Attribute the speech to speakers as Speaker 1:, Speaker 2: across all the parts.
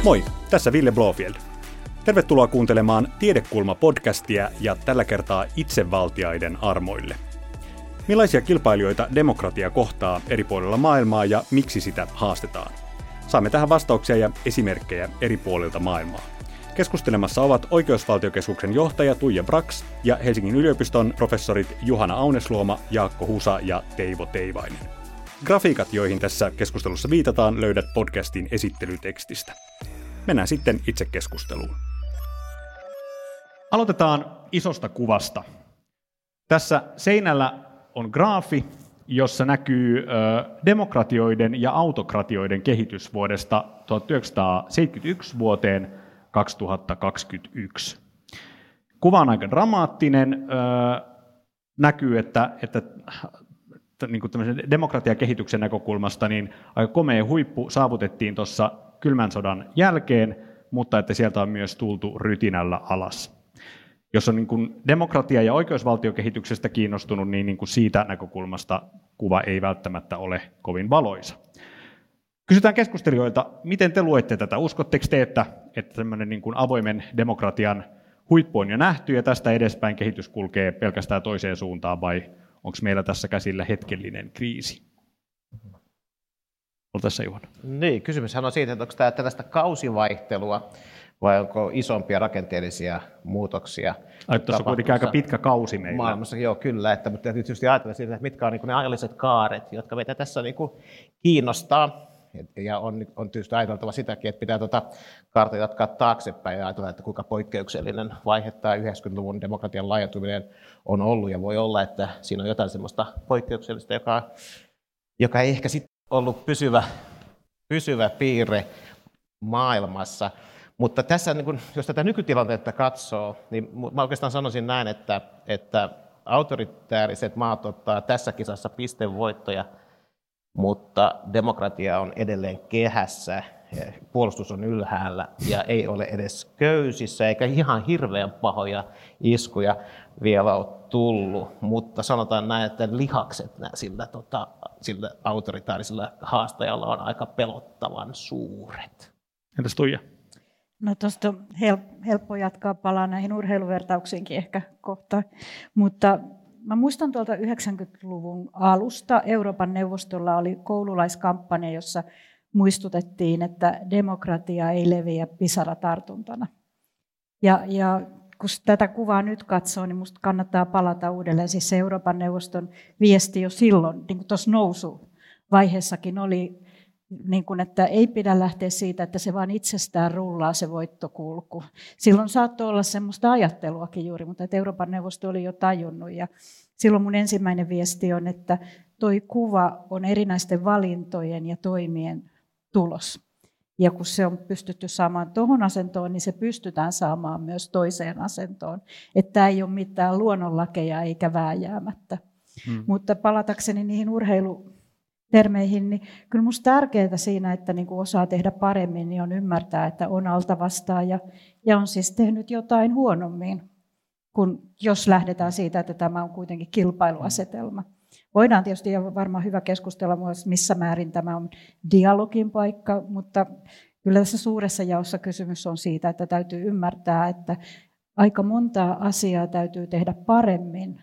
Speaker 1: Moi, tässä Ville Blåfield. Tervetuloa kuuntelemaan Tiedekulma-podcastia ja tällä kertaa itsevaltiaiden armoille. Millaisia kilpailijoita demokratia kohtaa eri puolilla maailmaa ja miksi sitä haastetaan? Saamme tähän vastauksia ja esimerkkejä eri puolilta maailmaa. Keskustelemassa ovat Oikeusvaltiokeskuksen johtaja Tuija Brax ja Helsingin yliopiston professorit Juhana Aunesluoma, Jaakko Husa ja Teivo Teivainen. Grafiikat, joihin tässä keskustelussa viitataan, löydät podcastin esittelytekstistä. Mennään sitten itse keskusteluun. Aloitetaan isosta kuvasta. Tässä seinällä on graafi, jossa näkyy demokratioiden ja autokratioiden kehitys vuodesta 1971 vuoteen 2021. Kuva on aika dramaattinen. Näkyy, että niin kuin tämmöisen demokratiakehityksen näkökulmasta niin aika komea huippu saavutettiin tuossa kylmän sodan jälkeen, mutta että sieltä on myös tultu rytinällä alas. Jos on niin kuin demokratia- ja oikeusvaltiokehityksestä kiinnostunut, niin kuin siitä näkökulmasta kuva ei välttämättä ole kovin valoisa. Kysytään keskustelijoilta, miten te luette tätä? Uskotteko te, että tämmöinen niin kuin avoimen demokratian huippu on jo nähty ja tästä edespäin kehitys kulkee pelkästään toiseen suuntaan, vai onko meillä tässä käsillä hetkellinen kriisi? Tässä Juhana.
Speaker 2: Niin, kysymyshän on siitä, että onko tämä tällaista kausivaihtelua vai onko isompia rakenteellisia muutoksia?
Speaker 1: Tuossa on kuitenkin aika pitkä kausi meillä.
Speaker 2: Maailmassa, joo, kyllä. Mutta täytyy tietysti ajatella siitä, että mitkä on niin ne ajalliset kaaret, jotka meitä tässä niin kiinnostaa. Ja on tietysti ajateltava sitäkin, että pitää kaarta jatkaa taaksepäin ja ajatella, että kuinka poikkeuksellinen vaihe tämä 90-luvun demokratian laajentuminen on ollut. Ja voi olla, että siinä on jotain sellaista poikkeuksellista, joka ei ehkä sitten ollut pysyvä piirre maailmassa. Mutta tässä, jos tätä nykytilannetta katsoo, niin mä oikeastaan sanoisin näin, että autoritääriset maat ottaa tässä kisassa pistevoittoja, mutta demokratia on edelleen kehässä, puolustus on ylhäällä ja ei ole edes köysissä, eikä ihan hirveän pahoja iskuja vielä ole tullut. Mutta sanotaan näin, että lihakset sillä autoritaarisella haastajalla on aika pelottavan suuret.
Speaker 1: Entäs Tuija?
Speaker 3: No tuosta on helppo jatkaa, palaa näihin urheiluvertauksiinkin ehkä kohta, mutta mä muistan tuolta 90-luvun alusta Euroopan neuvostolla oli koululaiskampanja, jossa muistutettiin, että demokratia ei leviä pisaratartuntana. Ja kun tätä kuvaa nyt katsoo, niin musta kannattaa palata uudelleen. Siis se Euroopan neuvoston viesti jo silloin, niin kuin tuossa nousuvaiheessakin oli, niin kuin, että ei pidä lähteä siitä, että se vaan itsestään rullaa se voittokulku. Silloin saattoi olla semmoista ajatteluakin juuri, mutta että Euroopan neuvosto oli jo tajunnut. Ja silloin mun ensimmäinen viesti on, että toi kuva on erinäisten valintojen ja toimien tulos. Ja kun se on pystytty saamaan tuohon asentoon, niin se pystytään saamaan myös toiseen asentoon. Että tämä ei ole mitään luonnonlakeja eikä vääjäämättä. Mutta palatakseni niihin urheilutermeihin, niin kyllä minusta tärkeää siinä, että niin kuin osaa tehdä paremmin, niin on ymmärtää, että on alta vastaan ja on siis tehnyt jotain huonommin, kun jos lähdetään siitä, että tämä on kuitenkin kilpailuasetelma. Voidaan tietysti ja varmaan hyvä keskustella myös, missä määrin tämä on dialogin paikka, mutta kyllä tässä suuressa jaossa kysymys on siitä, että täytyy ymmärtää, että aika montaa asiaa täytyy tehdä paremmin,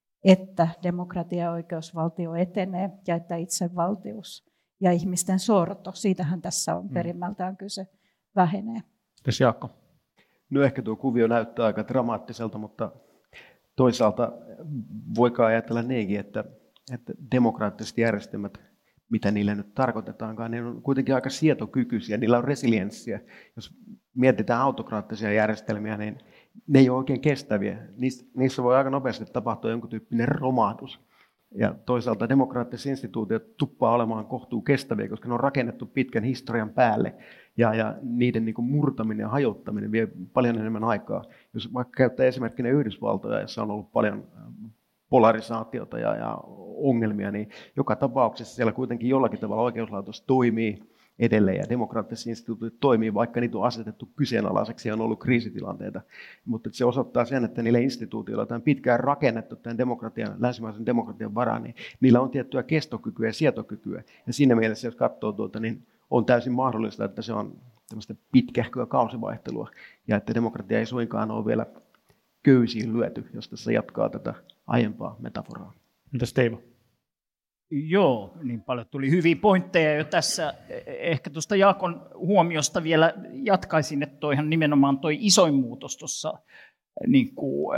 Speaker 3: että demokratia ja oikeusvaltio etenee ja että itsevaltius ja ihmisten sorto, siitähän tässä on perimmältään kyse, vähenee.
Speaker 1: Mites Jaakko?
Speaker 4: No ehkä tuo kuvio näyttää aika dramaattiselta, mutta toisaalta voikaan ajatella niinkin, että demokraattiset järjestelmät, mitä niille nyt tarkoitetaankaan, ne on kuitenkin aika sietokykyisiä, niillä on resilienssiä. Jos mietitään autokraattisia järjestelmiä, niin ne ei ole oikein kestäviä. Niissä voi aika nopeasti tapahtua jonkun tyyppinen romahdus. Ja toisaalta demokraattiset instituutiot tuppaa olemaan kohtuu kestäviä, koska ne on rakennettu pitkän historian päälle. Ja niiden niin kuin murtaminen ja hajottaminen vie paljon enemmän aikaa. Jos vaikka käyttää esimerkkinä Yhdysvaltoja, jossa on ollut paljon polarisaatiota ja ongelmia, niin joka tapauksessa siellä kuitenkin jollakin tavalla oikeuslaitos toimii edelleen ja demokraattiset instituutiot toimii, vaikka niitä on asetettu kyseenalaiseksi ja on ollut kriisitilanteita. Mutta se osoittaa sen, että niille instituutioilla, joita on pitkään rakennettu tämän länsimaisen demokratian varaan, niin niillä on tiettyä kestokykyä ja sietokykyä. Ja siinä mielessä, jos katsoo niin on täysin mahdollista, että se on tämmöistä pitkähköä kausivaihtelua, ja että demokratia ei suinkaan ole vielä köysiin lyöty, jos tässä jatkaa tätä aiempaa metaforaa.
Speaker 1: Mitäs Teivo?
Speaker 5: Joo, niin paljon tuli hyviä pointteja jo tässä. Ehkä tuosta Jaakon huomiosta vielä jatkaisin, että toihan nimenomaan toi isoin muutos tuossa niin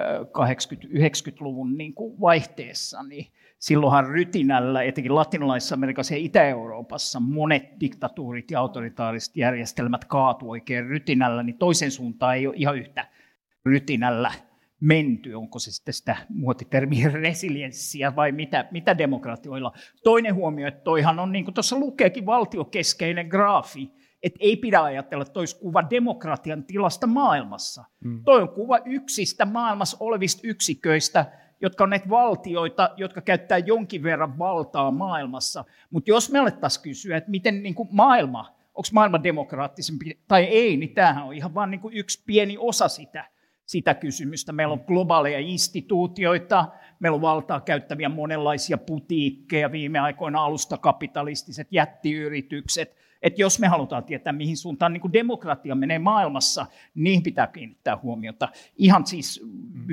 Speaker 5: 80-90-luvun niin vaihteessa, niin silloinhan rytinällä, etenkin latinalaisessa Amerikassa ja Itä-Euroopassa, monet diktatuurit ja autoritaariset järjestelmät kaatu oikein rytinällä, niin toisen suuntaan ei ole ihan yhtä rytinällä menty. Onko se sitten sitä muotitermiä resilienssiä vai mitä demokratioilla. Toinen huomio, että toihan on, niin kuin tuossa lukeekin, valtiokeskeinen graafi, että ei pidä ajatella, että olisi kuva demokratian tilasta maailmassa. Toi on kuva yksistä maailmassa olevista yksiköistä, jotka on näitä valtioita, jotka käyttää jonkin verran valtaa maailmassa. Mutta jos me alettaisiin kysyä, että miten niin kuin onko maailma demokraattisempi tai ei, niin tämähän on ihan vain niin kuin yksi pieni osa sitä kysymystä. Meillä on globaaleja instituutioita, meillä on valtaa käyttäviä monenlaisia putiikkeja, viime aikoina alustakapitalistiset jättiyritykset. Että jos me halutaan tietää, mihin suuntaan niin kuin demokratia menee maailmassa, niin pitää kiinnittää huomiota. Ihan siis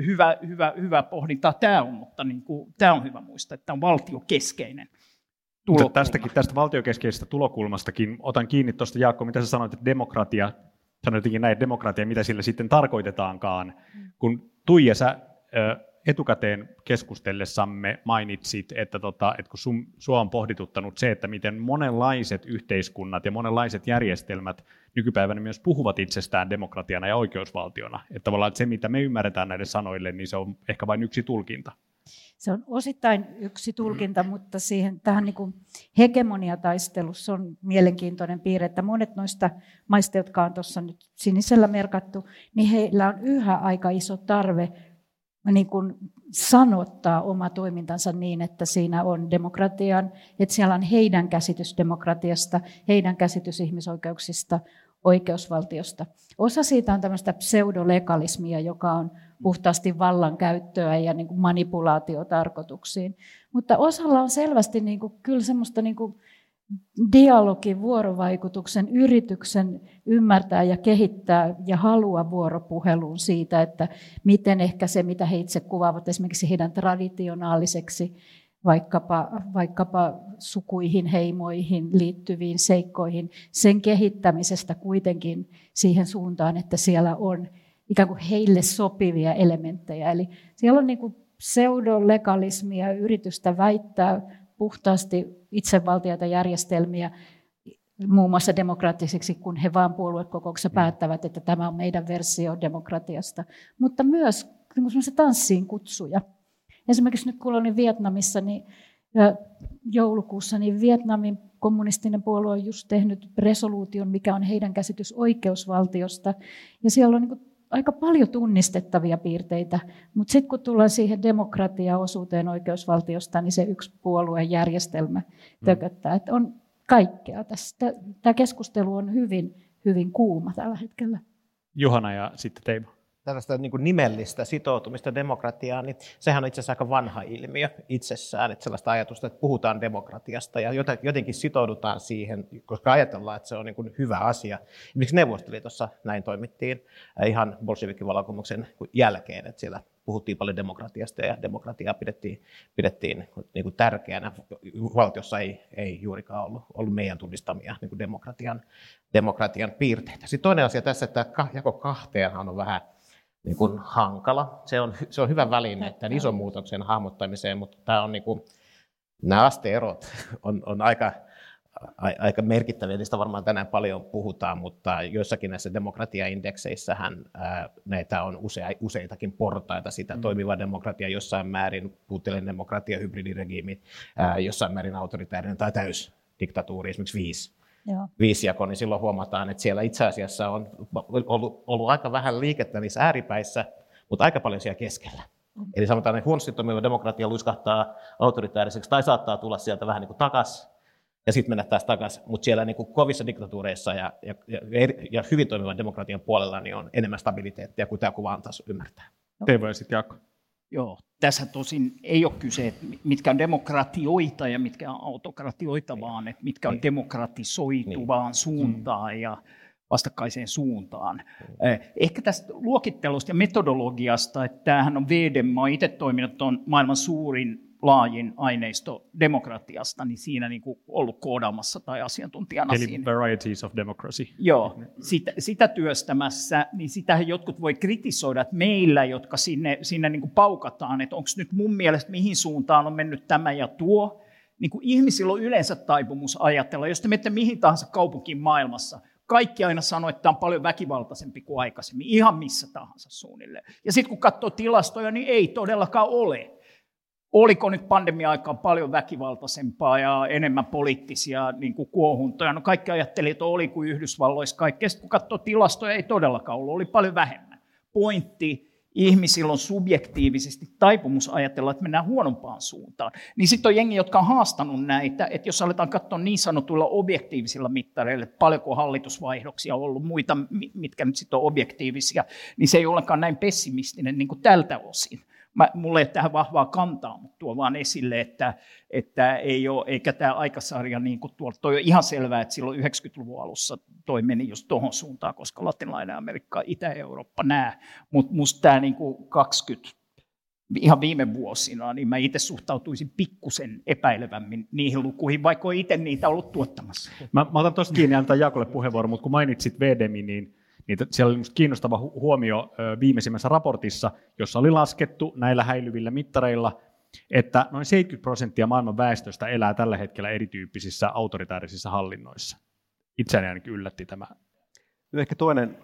Speaker 5: hyvä pohdintaa tämä on, mutta niin kuin, tämä on hyvä muistaa, että tämä on valtiokeskeinen tulokulma.
Speaker 1: Tästä valtiokeskeisestä tulokulmastakin otan kiinni tuosta, Jaakko, mitä sä sanoit, että demokratia, sanoitkin näin, demokratia, mitä sillä sitten tarkoitetaankaan. Kun Tuija, sä etukäteen keskustellessamme mainitsit, että kun sua on pohdituttanut se, että miten monenlaiset yhteiskunnat ja monenlaiset järjestelmät nykypäivänä myös puhuvat itsestään demokratiana ja oikeusvaltiona. Että tavallaan että se, mitä me ymmärretään näille sanoille, niin se on ehkä vain yksi tulkinta.
Speaker 3: Se on osittain yksi tulkinta, mutta tähän niin kuin hegemoniataistelussa on mielenkiintoinen piirre, että monet noista maista, jotka on tuossa nyt sinisellä merkattu, niin heillä on yhä aika iso tarve niin kuin sanottaa oma toimintansa niin, että siinä on demokratian, että siellä on heidän käsitys demokratiasta, heidän käsitys ihmisoikeuksista, oikeusvaltiosta. Osa siitä on tämmöistä pseudolegalismia, joka on puhtaasti vallankäyttöä ja niin kuin manipulaatiotarkoituksiin. Mutta osalla on selvästi niin kuin, kyllä semmoista niin kuin dialogin, vuorovaikutuksen, yrityksen ymmärtää ja kehittää ja halua vuoropuheluun siitä, että miten ehkä se, mitä he itse kuvaavat esimerkiksi heidän traditionaaliseksi, vaikkapa sukuihin, heimoihin liittyviin seikkoihin, sen kehittämisestä kuitenkin siihen suuntaan, että siellä on ikään kuin heille sopivia elementtejä. Eli siellä on niin kuin pseudolegalismia, yritystä väittää puhtaasti itsevaltiaita järjestelmiä, muun muassa demokraattisiksi, kun he vaan puoluekokouksessa päättävät, että tämä on meidän versio demokratiasta, mutta myös niin kuin tanssiin kutsuja. Esimerkiksi nyt kun olin Vietnamissa niin joulukuussa, niin Vietnamin kommunistinen puolue on just tehnyt resoluution, mikä on heidän käsitys oikeusvaltiosta. Ja siellä on niin kuin aika paljon tunnistettavia piirteitä, mutta sitten kun tullaan siihen demokratiaosuuteen oikeusvaltiosta, niin se yksi puolueen järjestelmä tököttää. Että on kaikkea tästä. Tämä keskustelu on hyvin, hyvin kuuma tällä hetkellä.
Speaker 1: Johanna ja sitten Teivo.
Speaker 2: Tällaista niin kuin nimellistä sitoutumista demokratiaan, niin sehän on itse asiassa aika vanha ilmiö itsessään, että sellaista ajatusta, että puhutaan demokratiasta ja jotenkin sitoudutaan siihen, koska ajatellaan, että se on niin kuin hyvä asia. Esimerkiksi Neuvostoliitossa näin toimittiin ihan bolshevikkivallankumouksen jälkeen, että siellä puhuttiin paljon demokratiasta ja demokratiaa pidettiin niin kuin tärkeänä. Valtiossa ei juurikaan ollut meidän tunnistamia niin kuin demokratian piirteitä. Sitten toinen asia tässä, että jako kahteenhan on vähän niin kuin hankala. Se on hyvä väline tämän ison muutoksen hahmottamiseen, mutta tämä on niin kuin, nämä asteerot on aika merkittäviä. Niistä varmaan tänään paljon puhutaan, mutta joissakin näissä demokratiaindekseissähän näitä on useitakin portaita. Sitä toimiva demokratia jossain määrin, puutteellinen demokratia, hybridiregiimi, jossain määrin autoritäärinen tai täysdiktatuuri, esimerkiksi 5-jako, niin silloin huomataan, että siellä itse asiassa on ollut aika vähän liikettä niissä ääripäissä, mutta aika paljon siellä keskellä. Eli sanotaan, että huonosti toimiva demokratia luiskahtaa autoritääriseksi tai saattaa tulla sieltä vähän niin kuin takaisin ja sitten mennä taas takaisin, mutta siellä niin kuin kovissa diktatuureissa ja hyvin toimivan demokratian puolella niin on enemmän stabiliteettia kuin tämä kuva antaisi ymmärtää.
Speaker 1: Teivo ja sitten Jaakko.
Speaker 5: Joo, tässä tosin ei ole kyse, että mitkä on demokratioita ja mitkä on autokratioita, vaan että mitkä on demokratisoituvaan suuntaan. Ja vastakkaiseen suuntaan. Ehkä tästä luokittelusta ja metodologiasta, että tämähän on VDEM, mä olen itse toiminut tuon maailman suurin laajin aineisto demokratiasta, niin siinä niin kuin ollut koodaamassa tai asiantuntijana
Speaker 1: eli
Speaker 5: siinä.
Speaker 1: Varieties of Democracy.
Speaker 5: Joo, sitä työstämässä, niin sitähän jotkut voi kritisoida, että meillä, jotka sinne niin kuin paukataan, että onko nyt mun mielestä mihin suuntaan on mennyt tämä ja tuo, niin kuin ihmisillä on yleensä taipumus ajatella, jos te menette mihin tahansa kaupunkiin maailmassa, kaikki aina sanoo, että tämä on paljon väkivaltaisempi kuin aikaisemmin, ihan missä tahansa suunnilleen. Ja sitten kun katsoo tilastoja, niin ei todellakaan ole. Oliko nyt pandemia-aikaan paljon väkivaltaisempaa ja enemmän poliittisia niin kuin kuohuntoja? No kaikki ajatteli, että oli kuin Yhdysvalloissa kaikkea. Sitten kun katsoo tilastoja, ei todellakaan ollut, oli paljon vähemmän. Pointti, ihmisillä on subjektiivisesti taipumus ajatella, että mennään huonompaan suuntaan. Niin sitten on jengi, jotka on haastanut näitä, että jos aletaan katsoa niin sanotuilla objektiivisilla mittareilla, että paljonko hallitusvaihdoksia on ollut muita, mitkä nyt sitten on objektiivisia, niin se ei ollenkaan näin pessimistinen niin kuin tältä osin. Mulla ei ole tähän vahvaa kantaa, mutta tuo vaan esille, että ei ole, eikä tämä aikasarja, niin kuin tuolla, toi on ihan selvää, että silloin 90-luvun alussa toi meni just tuohon suuntaan, koska Latinalainen Amerikka, Itä-Eurooppa, nämä, mutta musta tämä niin kuin 20, ihan viime vuosina, niin mä itse suhtautuisin pikkusen epäilevämmin niihin lukuihin, vaikka olen itse niitä ollut tuottamassa.
Speaker 1: Mä otan tuosta kiinni ja antaa Jaakolle puheenvuoron, mutta kun mainitsit VDEMin, niin siellä oli kiinnostava huomio viimeisimmässä raportissa, jossa oli laskettu näillä häilyvillä mittareilla, että noin 70% maailman väestöstä elää tällä hetkellä erityyppisissä autoritaarisissa hallinnoissa. Itseäni ainakin yllätti tämä.
Speaker 4: Ehkä toinen,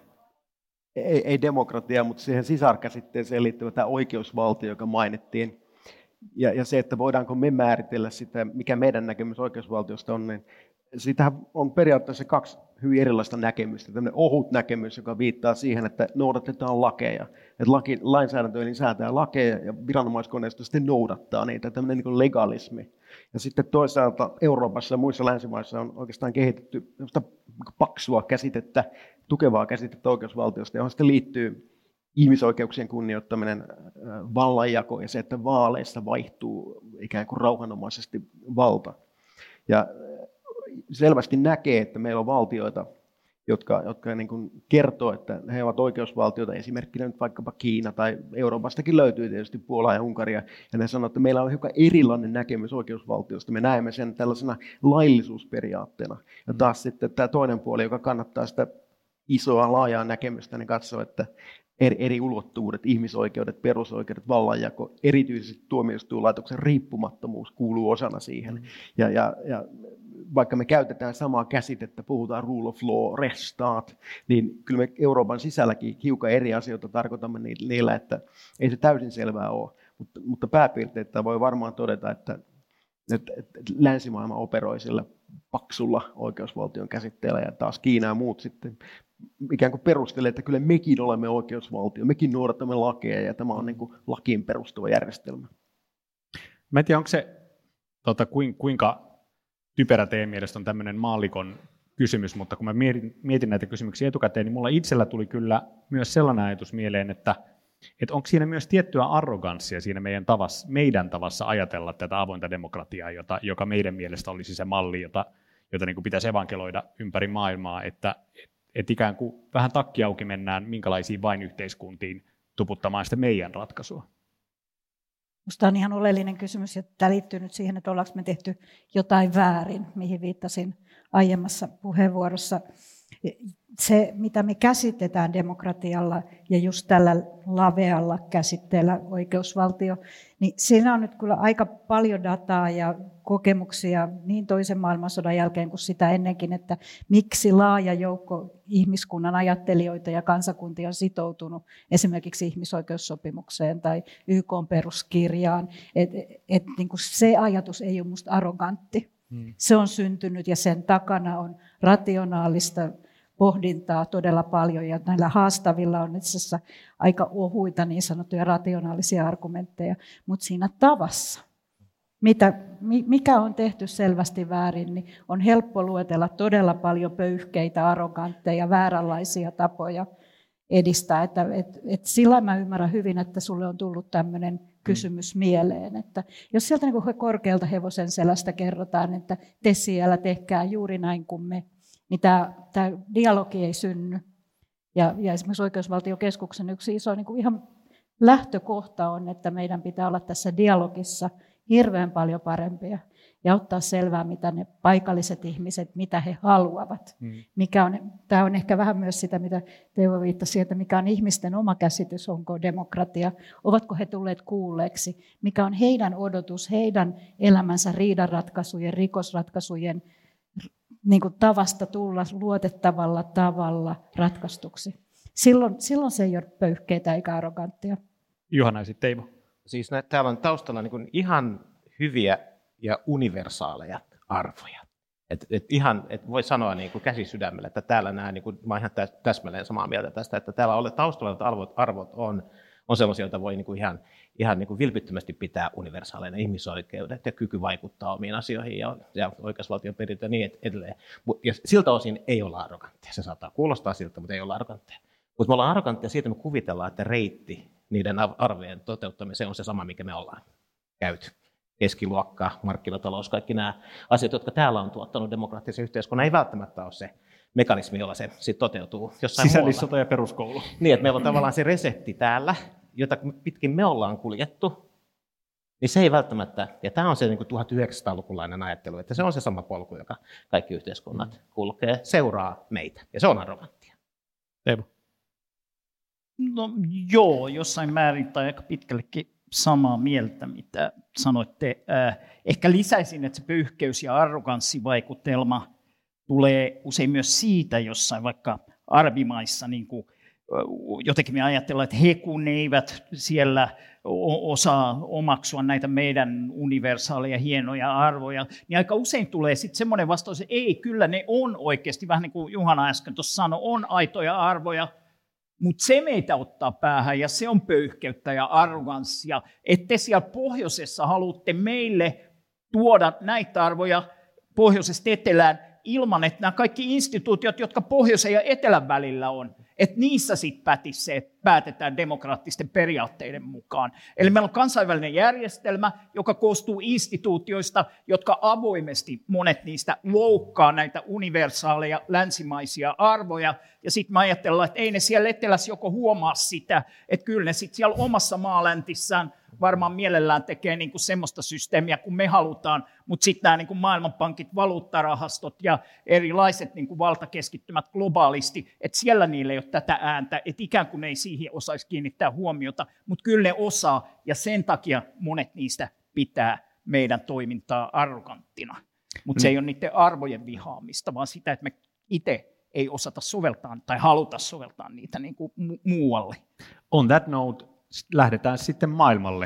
Speaker 4: ei demokratia, mutta siihen sisarkäsitteeseen liittyvä tämä oikeusvaltio, joka mainittiin. Ja se, että voidaanko me määritellä sitä, mikä meidän näkemys oikeusvaltiosta on, niin siitähän on periaatteessa kaksi hyvin erilaista näkemystä. Tämmöinen ohut näkemys, joka viittaa siihen, että noudatetaan lakeja. Että lainsäädäntö eli säätää lakeja ja viranomaiskoneisto sitten noudattaa niitä, tämmöinen niin kuin legalismi. Ja sitten toisaalta Euroopassa ja muissa länsimaissa on oikeastaan kehitetty paksua käsitettä, tukevaa käsitettä oikeusvaltiosta, johon sitten liittyy ihmisoikeuksien kunnioittaminen, vallanjako ja se, että vaaleissa vaihtuu ikään kuin rauhanomaisesti valta. Ja selvästi näkee, että meillä on valtioita, jotka niin kuin kertoo, että he ovat oikeusvaltioita, esimerkkinä nyt vaikkapa Kiina tai Euroopastakin löytyy tietysti Puolaa ja Unkaria, ja ne sanoo, että meillä on hiukan erilainen näkemys oikeusvaltiosta, me näemme sen tällaisena laillisuusperiaatteena. Ja taas sitten tämä toinen puoli, joka kannattaa sitä isoa laajaa näkemystä, niin katsoo, että eri ulottuvuudet, ihmisoikeudet, perusoikeudet, vallanjako, erityisesti tuomioistuinlaitoksen riippumattomuus kuuluu osana siihen. Ja vaikka me käytetään samaa käsitettä, puhutaan rule of law, rechtsstaat, niin kyllä me Euroopan sisälläkin hiukan eri asioita tarkoitamme niillä, että ei se täysin selvää ole. Mutta pääpiirteitä voi varmaan todeta, että länsimaailma operoi sillä paksulla oikeusvaltion käsitteellä ja taas Kiina ja muut sitten ikään kuin perustelee, että kyllä mekin olemme oikeusvaltio, mekin noudatamme lakeja ja tämä on niin kuin lakiin perustuva järjestelmä.
Speaker 1: Mä en tiedä, onko se kuinka typerä teidän mielestä on tämmöinen maallikon kysymys, mutta kun mä mietin näitä kysymyksiä etukäteen, niin mulla itsellä tuli kyllä myös sellainen ajatus mieleen, että onko siinä myös tiettyä arroganssia siinä meidän tavassa ajatella tätä avointa demokratiaa, joka meidän mielestä olisi se malli, jota niin kuin pitäisi evankeloida ympäri maailmaa, että ikään kuin vähän takki auki mennään minkälaisiin vain yhteiskuntiin tuputtamaan sitä meidän ratkaisua.
Speaker 3: Minusta on ihan oleellinen kysymys, ja tämä liittyy nyt siihen, että ollaanko me tehty jotain väärin, mihin viittasin aiemmassa puheenvuorossa. Se, mitä me käsitetään demokratialla ja just tällä lavealla käsitteellä oikeusvaltio, niin siinä on nyt kyllä aika paljon dataa ja kokemuksia niin toisen maailmansodan jälkeen kuin sitä ennenkin, että miksi laaja joukko ihmiskunnan ajattelijoita ja kansakuntia on sitoutunut esimerkiksi ihmisoikeussopimukseen tai YK:n peruskirjaan. Niin kuin se ajatus ei ole musta arrogantti. Se on syntynyt ja sen takana on rationaalista pohdintaa todella paljon, ja näillä haastavilla on itse asiassa aika ohuita niin sanottuja rationaalisia argumentteja, mutta siinä tavassa, mikä on tehty selvästi väärin, niin on helppo luetella todella paljon pöyhkeitä, arrogantteja, vääränlaisia tapoja. edistää. Että sillä mä ymmärrän hyvin, että sulle on tullut tämmöinen kysymys mieleen, että jos sieltä niin kuin korkealta hevosen selästä kerrotaan, että te siellä tehkää juuri näin kuin me, niin tämä dialogi ei synny. Ja esimerkiksi Oikeusvaltiokeskuksen yksi iso niin kuin ihan lähtökohta on, että meidän pitää olla tässä dialogissa hirveän paljon parempia ja ottaa selvää, mitä ne paikalliset ihmiset, mitä he haluavat. Tämä on ehkä vähän myös sitä, mitä Teuvo viittasi, että mikä on ihmisten oma käsitys, onko demokratia, ovatko he tulleet kuulleeksi, mikä on heidän odotus, heidän elämänsä riidanratkaisujen, rikosratkaisujen niin kuin tavasta tulla luotettavalla tavalla ratkaistuksi. Silloin se ei ole pöyhkeitä eikä arroganttia.
Speaker 1: Juhana ja sitten Teivo.
Speaker 2: Siis täällä on taustalla niin kuin ihan hyviä ja universaaleja arvoja. Et voi sanoa niin kuin käsi sydämellä, että täällä nämä, niin kuin, mä olen ihan täsmälleen samaa mieltä tästä, että täällä taustalla arvot on sellaisia, joita voi niin kuin ihan niin kuin vilpittömästi pitää universaaleina, ihmisoikeudet ja kyky vaikuttaa omiin asioihin ja oikeusvaltion perintö ja niin edelleen. Ja siltä osin ei olla arrogantteja. Se saattaa kuulostaa siltä, mutta ei olla arrogantteja. Mutta me ollaan arrogantteja siitä, me kuvitellaan, että reitti niiden arvojen toteuttamiseen on se sama, mikä me ollaan käyty. Keskiluokka, markkinatalous, kaikki nämä asiat, jotka täällä on tuottanut demokraattisen yhteiskunnan, ei välttämättä ole se mekanismi, jolla se sitten toteutuu jossain
Speaker 1: sisällissota ja peruskoulu.
Speaker 2: Niin, että meillä on tavallaan se resepti täällä, jota pitkin me ollaan kuljettu, niin se ei välttämättä, ja tämä on se niin kuin 1900-lukulainen ajattelu, että se on se sama polku, joka kaikki yhteiskunnat kulkee, seuraa meitä, ja se on arroganttia.
Speaker 1: Teivo.
Speaker 5: No joo, jossain määrin tai aika pitkällekin samaa mieltä, mitä sanoitte. Ehkä lisäisin, että se pöyhkeys- ja arroganssivaikutelma tulee usein myös siitä jossain vaikka arabimaissa, niin kuin jotenkin me ajatellaan, että he kun eivät siellä osaa omaksua näitä meidän universaaleja hienoja arvoja, niin aika usein tulee sitten semmoinen vastaus, että ei, kyllä ne on oikeasti, vähän niin kuin Juhana äsken tuossa sanoi, on aitoja arvoja, mutta se meitä ottaa päähän ja se on pöyhkeyttä ja arroganssia, että te siellä pohjoisessa haluatte meille tuoda näitä arvoja pohjoisesta etelään ilman, että nämä kaikki instituutiot, jotka pohjoisen ja etelän välillä on, että niissä sitten pätisi se, että päätetään demokraattisten periaatteiden mukaan. Eli meillä on kansainvälinen järjestelmä, joka koostuu instituutioista, jotka avoimesti monet niistä loukkaa näitä universaaleja länsimaisia arvoja. Ja sitten me ajatellaan, että ei ne siellä etelässä joko huomaa sitä, että kyllä ne sitten siellä omassa maaläntissään varmaan mielellään tekee niinku semmoista systeemiä kuin me halutaan, mutta sitten nämä niinku maailmanpankit, valuuttarahastot ja erilaiset niinku valtakeskittymät globaalisti, että siellä niillä ei ole tätä ääntä, että ikään kuin ne ei siihen osaisi kiinnittää huomiota, mutta kyllä ne osaa ja sen takia monet niistä pitää meidän toimintaa arroganttina. Mutta se ei ole niiden arvojen vihaamista, vaan sitä, että me itse ei osata soveltaa tai haluta soveltaa niitä niin kuin muualle.
Speaker 1: On that note, lähdetään sitten maailmalle.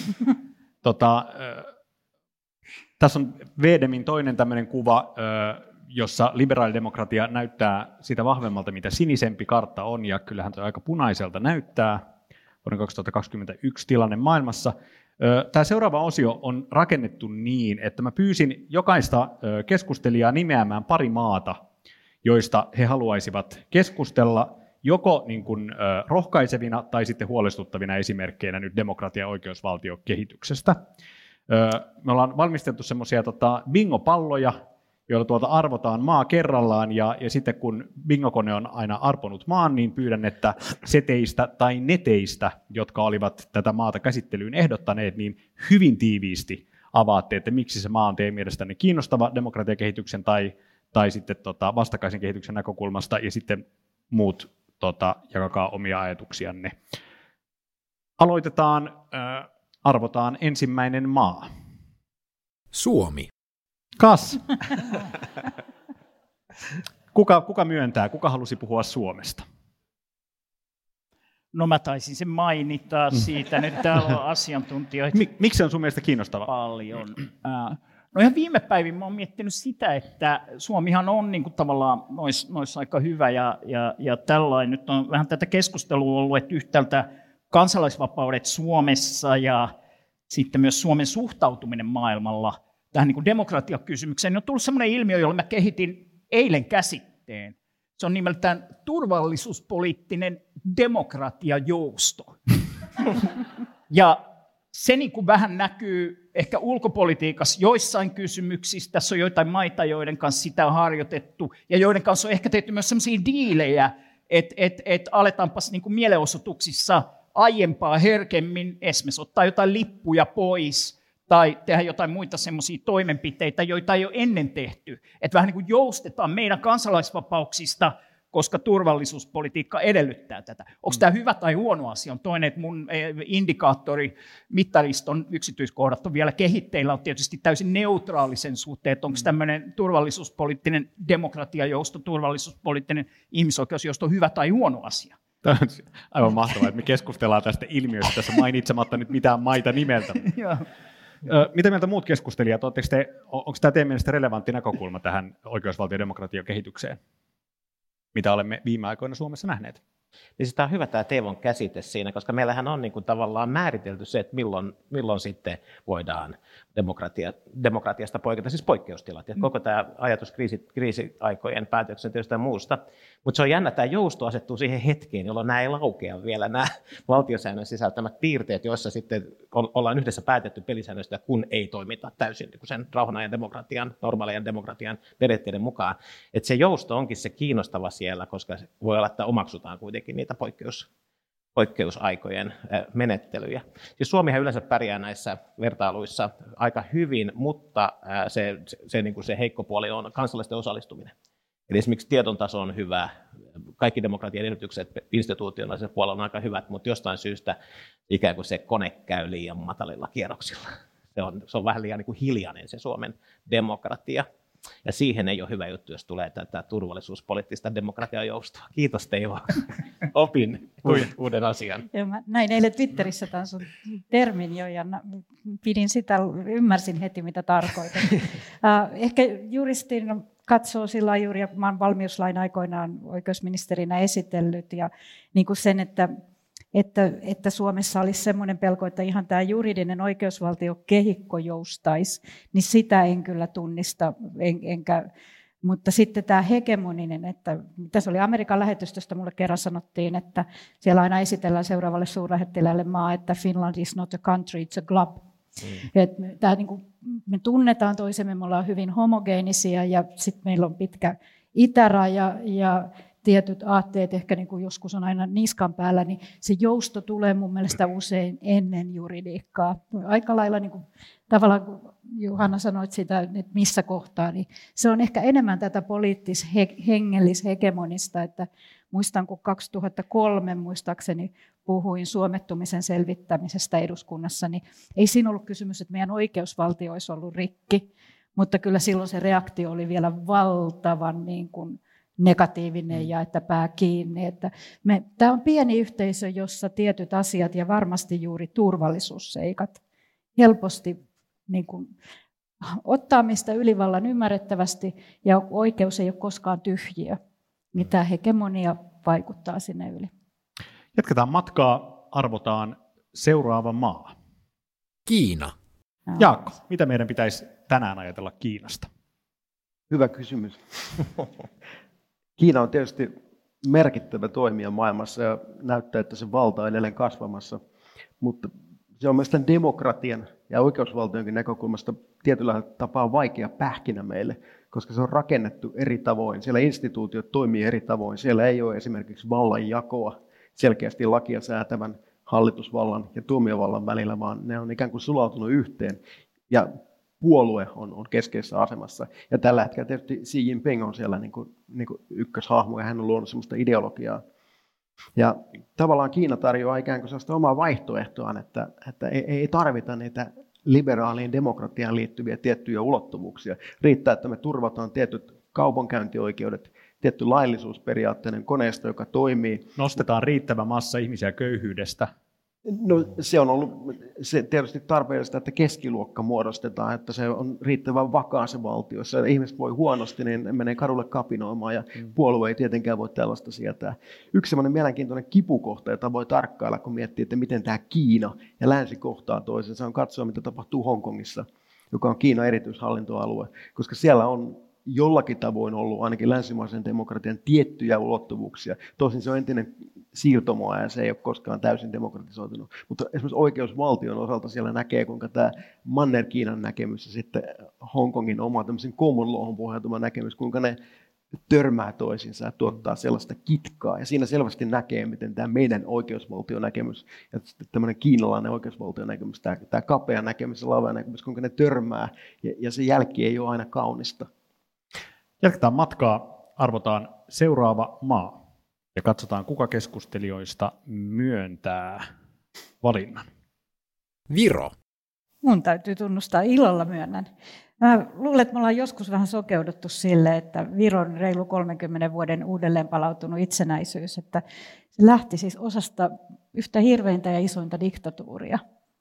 Speaker 1: Tässä on Vedemin toinen tämmöinen kuva, jossa liberaalidemokratia näyttää sitä vahvemmalta, mitä sinisempi kartta on, ja kyllähän se aika punaiselta näyttää vuoden 2021 tilanne maailmassa. Tämä seuraava osio on rakennettu niin, että mä pyysin jokaista keskustelijaa nimeämään pari maata, joista he haluaisivat keskustella joko niin kuin rohkaisevina tai sitten huolestuttavina esimerkkeinä nyt demokratia- ja oikeusvaltiokehityksestä. Me ollaan valmisteltu semmoisia bingopalloja, joilla arvotaan maa kerrallaan, ja sitten kun bingokone on aina arponut maan, niin pyydän, että seteistä tai neteistä, jotka olivat tätä maata käsittelyyn ehdottaneet, niin hyvin tiiviisti avaatte, että miksi se maa on teidän mielestänne kiinnostava demokratiakehityksen tai sitten vastakkaisen kehityksen näkökulmasta, ja sitten muut jakakaa omia ajatuksianne. Aloitetaan, arvotaan ensimmäinen maa.
Speaker 6: Suomi.
Speaker 1: Kas. Kuka myöntää? Kuka halusi puhua Suomesta?
Speaker 5: No mä taisin sen mainita siitä. Nyt täällä on asiantuntijoita.
Speaker 1: Miksi se on sun mielestä kiinnostava?
Speaker 5: Paljon. No ihan viime päivin mä oon miettinyt sitä, että Suomihan on niin kuin tavallaan noissa aika hyvä ja tällainen. Nyt on vähän tätä keskustelua ollut, että yhtäältä kansalaisvapaudet Suomessa ja sitten myös Suomen suhtautuminen maailmalla tähän niin kuin demokratiakysymykseen. On tullut sellainen ilmiö, jolla mä kehitin eilen käsitteen. Se on nimeltään turvallisuuspoliittinen demokratiajousto. Ja se niin kuin vähän näkyy ehkä ulkopolitiikassa joissain kysymyksissä. Tässä on joitain maita, joiden kanssa sitä on harjoitettu ja joiden kanssa on ehkä tehty myös sellaisia diilejä, että aletaanpas niin kuin mielenosoituksissa aiempaa herkemmin esimerkiksi ottaa jotain lippuja pois tai tehdä jotain muita semmoisia toimenpiteitä, joita ei ole ennen tehty. Että vähän niin kuin joustetaan meidän kansalaisvapauksista, koska turvallisuuspolitiikka edellyttää tätä. Onko tämä hyvä tai huono asia? On toinen, että mun indikaattori-mittariston yksityiskohdat on vielä kehitteillä, on tietysti täysin neutraalisen suhteen, että onko tämmöinen turvallisuuspoliittinen demokratiajousto, turvallisuuspoliittinen ihmisoikeusjousto hyvä tai huono asia?
Speaker 1: Tämä on aivan mahtavaa, että me keskustellaan tästä ilmiöstä tässä mainitsematta nyt mitään maita nimeltä. Mitä mieltä muut keskustelijat? Onko tämä teidän mielestä relevantti näkökulma tähän oikeusvaltio- ja demokratiakehitykseen, mitä olemme viime aikoina Suomessa nähneet?
Speaker 2: Niin sitä on hyvä tämä Teivon käsite siinä, koska meillähän on niin kuin tavallaan määritelty se, että milloin sitten voidaan demokratiasta poiketa, siis poikkeustilat. Ja koko tämä ajatus kriisiaikojen päätöksenteosta ja muusta. Mutta se on jännä, tämä jousto asettuu siihen hetkeen, jolloin nämä ei laukea vielä nämä valtiosäännön sisältämät piirteet, joissa sitten ollaan yhdessä päätetty pelisäännöistä, kun ei toimita täysin niin kuin sen rauhanajan demokratian, normaalian demokratian periaatteiden mukaan. Että se jousto onkin se kiinnostava siellä, koska voi olla, että omaksutaan kuitenkin niitä poikkeusaikojen menettelyjä. Siis Suomihan yleensä pärjää näissä vertailuissa aika hyvin, mutta se heikko puoli on kansalaisten osallistuminen. Eli esimerkiksi tieton taso on hyvä, kaikki demokratian edellytykset institutionaalisella puolella on aika hyvät, mutta jostain syystä ikään kuin se kone käy liian matalilla kierroksilla. Se on vähän liian niin kuin hiljainen se Suomen demokratia. Ja siihen ei ole hyvä juttu, jos tulee tätä turvallisuuspoliittista demokratiajoustoa. Kiitos Teivo. Opin uuden asian.
Speaker 3: Joo, mä näin eilen Twitterissä tämän sun termin jo ja pidin sitä, ymmärsin heti mitä tarkoitan. Ehkä juristin katsoo sillä juuri, ja mä olen valmiuslain aikoinaan oikeusministerinä esitellyt, ja niin kuin sen, että Suomessa olisi semmoinen pelko, että ihan tämä juridinen oikeusvaltiokehikko joustaisi, niin sitä en kyllä tunnista. Mutta sitten tämä hegemoninen, että tässä oli Amerikan lähetystöstä, mulle kerran sanottiin, että siellä aina esitellään seuraavalle suurlähettiläälle maa, että Finland is not a country, it's a club. Tämä, niin kuin, me tunnetaan toisemme, me ollaan hyvin homogeenisia ja sitten meillä on pitkä itäraja ja tietyt aatteet ehkä niin kuin joskus on aina niskan päällä, niin se jousto tulee mun mielestä usein ennen juridiikkaa. Aika lailla niin kuin, tavallaan, kun Juhana sanoit sitä, että missä kohtaa, niin se on ehkä enemmän tätä poliittis-hengellis-hegemonista, että muistan, kun 2003 muistaakseni puhuin suomettumisen selvittämisestä eduskunnassa, niin ei siinä ollut kysymys, että meidän oikeusvaltio olisi ollut rikki, mutta kyllä silloin se reaktio oli vielä valtavan niin kuin negatiivinen ja että pää kiinni. Tämä on pieni yhteisö, jossa tietyt asiat ja varmasti juuri turvallisuusseikat helposti niin kuin, ottaa mistä ylivallan ymmärrettävästi ja oikeus ei ole koskaan tyhjiö. Mitä hegemonia vaikuttaa sinne yli.
Speaker 1: Jatketaan matkaa, arvotaan seuraava maa.
Speaker 6: Kiina.
Speaker 1: Jaakko, mitä meidän pitäisi tänään ajatella Kiinasta?
Speaker 4: Hyvä kysymys. Kiina on tietysti merkittävä toimija maailmassa ja näyttää, että se valta on edelleen kasvamassa, mutta se on myös tämän demokratian ja oikeusvaltionkin näkökulmasta tietyllä tapaa vaikea pähkinä meille, koska se on rakennettu eri tavoin. Siellä instituutiot toimii eri tavoin. Siellä ei ole esimerkiksi vallanjakoa selkeästi lakia säätävän hallitusvallan ja tuomiovallan välillä, vaan ne on ikään kuin sulautunut yhteen. Ja puolue on keskeisessä asemassa. Ja tällä hetkellä tietysti Xi Jinping on siellä niin kuin ykköshahmo ja hän on luonut sellaista ideologiaa. Ja tavallaan Kiina tarjoaa ikään kuin sellaista omaa vaihtoehtoaan, että ei tarvita niitä liberaaliin demokratiaan liittyviä tiettyjä ulottuvuuksia. Riittää, että me turvataan tietyt kaupankäyntioikeudet, tietty laillisuusperiaatteinen koneisto, joka toimii.
Speaker 1: Nostetaan riittävä massa ihmisiä köyhyydestä.
Speaker 4: No, se on ollut tietysti tarpeellista, että keskiluokka muodostetaan, että se on riittävän vakaa se valtio. Jos ihmiset voi huonosti, niin menee kadulle kapinoimaan ja puolue ei tietenkään voi tällaista sietää. Yksi sellainen mielenkiintoinen kipukohta, jota voi tarkkailla, kun miettii, että miten tämä Kiina ja länsi kohtaa toisensa, on katsoa, mitä tapahtuu Hongkongissa, joka on Kiinan erityishallintoalue, koska siellä on jollakin tavoin ollut ainakin länsimaisen demokratian tiettyjä ulottuvuuksia. Tosin se on entinen siirtomaa ja se ei ole koskaan täysin demokratisoitunut. Mutta esimerkiksi oikeusvaltion osalta siellä näkee, kuinka tämä Manner-Kiinan näkemys ja sitten Hongkongin oma tämmöisen common lawhon pohjautuva näkemys, kuinka ne törmää toisiinsa ja tuottaa sellaista kitkaa. Ja siinä selvästi näkee, miten tämä meidän oikeusvaltionäkemys ja tämmöinen kiinalainen oikeusvaltionäkemys, tämä kapea näkemys ja lavea näkemys, kuinka ne törmää ja se jälki ei ole aina kaunista.
Speaker 1: Jatketaan matkaa, arvotaan seuraava maa ja katsotaan, kuka keskustelijoista myöntää valinnan.
Speaker 6: Viro.
Speaker 3: Mun täytyy tunnustaa, ilolla myönnän. Mä luulen, että me ollaan joskus vähän sokeuduttu sille, että Viron reilu 30 vuoden uudelleen palautunut itsenäisyys, että se lähti siis osasta yhtä hirveintä ja isointa diktatuuria,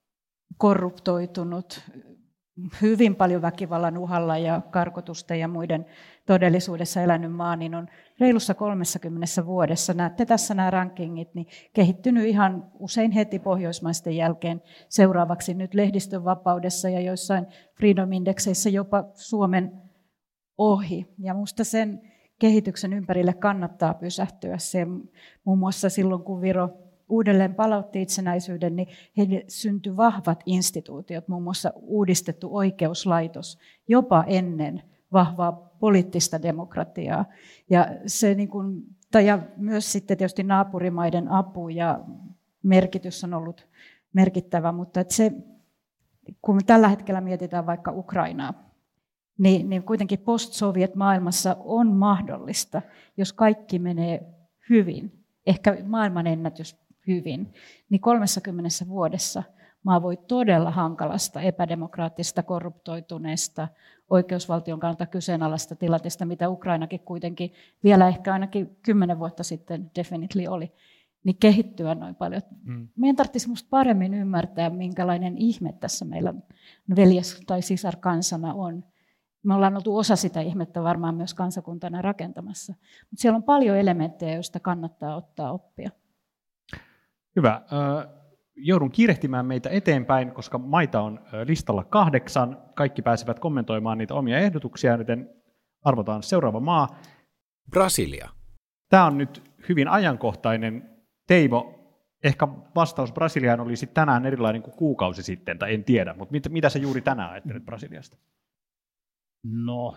Speaker 3: korruptoitunut, hyvin paljon väkivallan uhalla ja karkotusten ja muiden todellisuudessa elänyt maa, niin on reilussa 30 vuodessa, näette tässä nämä rankingit, niin kehittynyt ihan usein heti pohjoismaisten jälkeen seuraavaksi nyt lehdistön vapaudessa ja joissain Freedom Indexeissä jopa Suomen ohi. Ja minusta sen kehityksen ympärille kannattaa pysähtyä. Se muun muassa silloin, kun Viro uudelleen palautti itsenäisyyden, niin heille syntyi vahvat instituutiot, muun muassa uudistettu oikeuslaitos, jopa ennen vahvaa poliittista demokratiaa. Ja, se niin kuin, ja myös sitten tietysti naapurimaiden apu ja merkitys on ollut merkittävä, mutta että se, kun tällä hetkellä mietitään vaikka Ukrainaa, niin kuitenkin post-Soviet-maailmassa on mahdollista, jos kaikki menee hyvin, ehkä maailmanennätys hyvin, niin 30 vuodessa maa voi todella hankalasta, epädemokraattisesta, korruptoituneesta, oikeusvaltion kannalta kyseenalaista tilanteesta, mitä Ukrainakin kuitenkin vielä ehkä ainakin 10 vuotta sitten definitely oli, niin kehittyä noin paljon. Meidän tarvitsisi musta paremmin ymmärtää, minkälainen ihme tässä meillä veljes- tai sisarkansana on. Me ollaan oltu osa sitä ihmettä varmaan myös kansakuntana rakentamassa, mutta siellä on paljon elementtejä, joista kannattaa ottaa oppia.
Speaker 1: Hyvä. Joudun kiirehtimään meitä eteenpäin, koska maita on listalla 8. Kaikki pääsevät kommentoimaan niitä omia ehdotuksia, joten arvotaan seuraava maa.
Speaker 6: Brasilia.
Speaker 1: Tämä on nyt hyvin ajankohtainen. Teivo, ehkä vastaus Brasiliaan olisi tänään erilainen kuin kuukausi sitten, tai en tiedä, mutta mitä sä juuri tänään ajattelet Brasiliasta?
Speaker 5: No,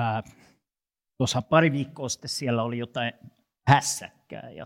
Speaker 5: tuossa pari viikkoa sitten siellä oli jotain hässäkkää ja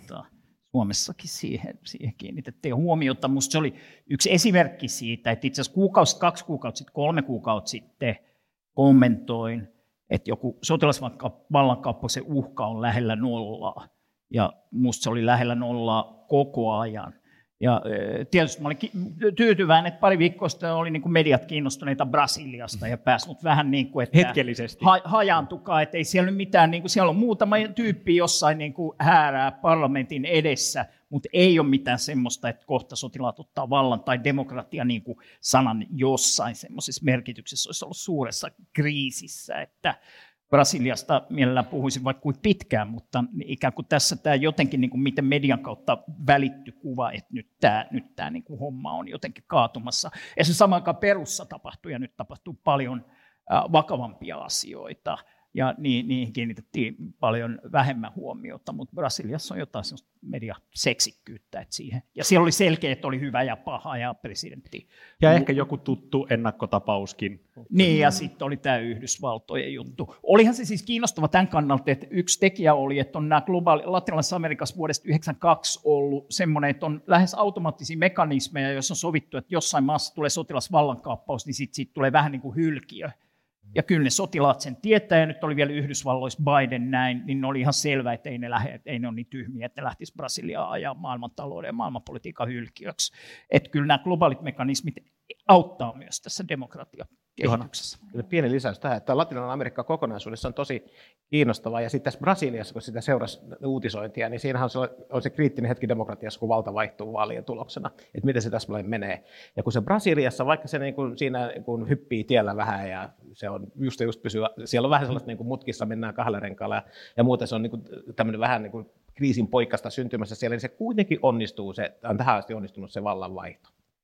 Speaker 5: Suomessakin siihen kiinnitettiin huomiota. Minusta se oli yksi esimerkki siitä, että itse asiassa kuukausi, 2 kuukautta sitten, 3 kuukautta sitten kommentoin, että joku sotilasvallankaappauksen uhka on lähellä nollaa. Ja minusta se oli lähellä nollaa koko ajan. Ja tietysti mä olin tyytyväinen, että pari viikkoa sitten oli niin kuin mediat kiinnostuneita Brasiliasta ja päässyt vähän niin kuin, että
Speaker 1: hetkellisesti
Speaker 5: hajaantukaa, että ei siellä nyt mitään, niin kuin siellä on muutama tyyppi jossain niin kuin häärää parlamentin edessä, mutta ei ole mitään semmoista, että kohta sotilaat ottaa vallan tai demokratia niin kuin sanan jossain semmoisessa merkityksessä olisi ollut suuressa kriisissä, että Brasiliasta mielellään puhuisin vaikka kuin pitkään, mutta ikään kuin tässä tämä jotenkin, niin kuin miten median kautta välitty kuva, että nyt tämä niin kuin homma on jotenkin kaatumassa. Ja se samaan aikaan Perussa tapahtui, ja nyt tapahtuu paljon vakavampia asioita, ja niihin kiinnitettiin paljon vähemmän huomiota, mutta Brasiliassa on jotain sellaista mediaseksikkyyttä, että siihen. Ja siellä oli selkeä, että oli hyvä ja paha, ja presidentti.
Speaker 1: Ja ehkä joku tuttu ennakkotapauskin.
Speaker 5: Niin, ja sitten oli tämä Yhdysvaltojen juttu. Olihan se siis kiinnostava tämän kannalta, että yksi tekijä oli, että on nämä Latinalaisessa Amerikassa vuodesta 1992 ollut semmoinen, että on lähes automaattisia mekanismeja, jos on sovittu, että jossain maassa tulee sotilasvallankaappaus, niin sitten siitä tulee vähän niin kuin hylkiö. Ja kyllä ne sotilaat sen tietää, ja nyt oli vielä Yhdysvalloissa Biden näin, niin oli ihan selvä, että ei ne ole niin tyhmiä, että ne lähtisi Brasiliaan ajaa maailmantalouden ja maailmanpolitiikan hylkiöksi. Että kyllä nämä globaalit mekanismit auttaa myös tässä demokratiakehityksessä.
Speaker 2: Pieni lisäys tähän, että Latinalainen Amerikka kokonaisuudessa on tosi kiinnostavaa, ja sitten tässä Brasiliassa, kun sitä seurasi uutisointia, niin siinähän on se kriittinen hetki demokratiassa, kun valta vaihtuu vaalien tuloksena, että miten se tässä menee. Ja kun se Brasiliassa, vaikka se niin kuin siinä niin kuin hyppii tiellä vähän, ja se on just pysyvä, siellä on vähän sellaista niin kuin mutkissa, mennään 2 renkaalla, ja muuten se on niin kuin tämmöinen vähän niin kuin kriisin poikasta syntymässä siellä, niin se kuitenkin onnistuu, se on tähän asti onnistunut se vallanvaihto.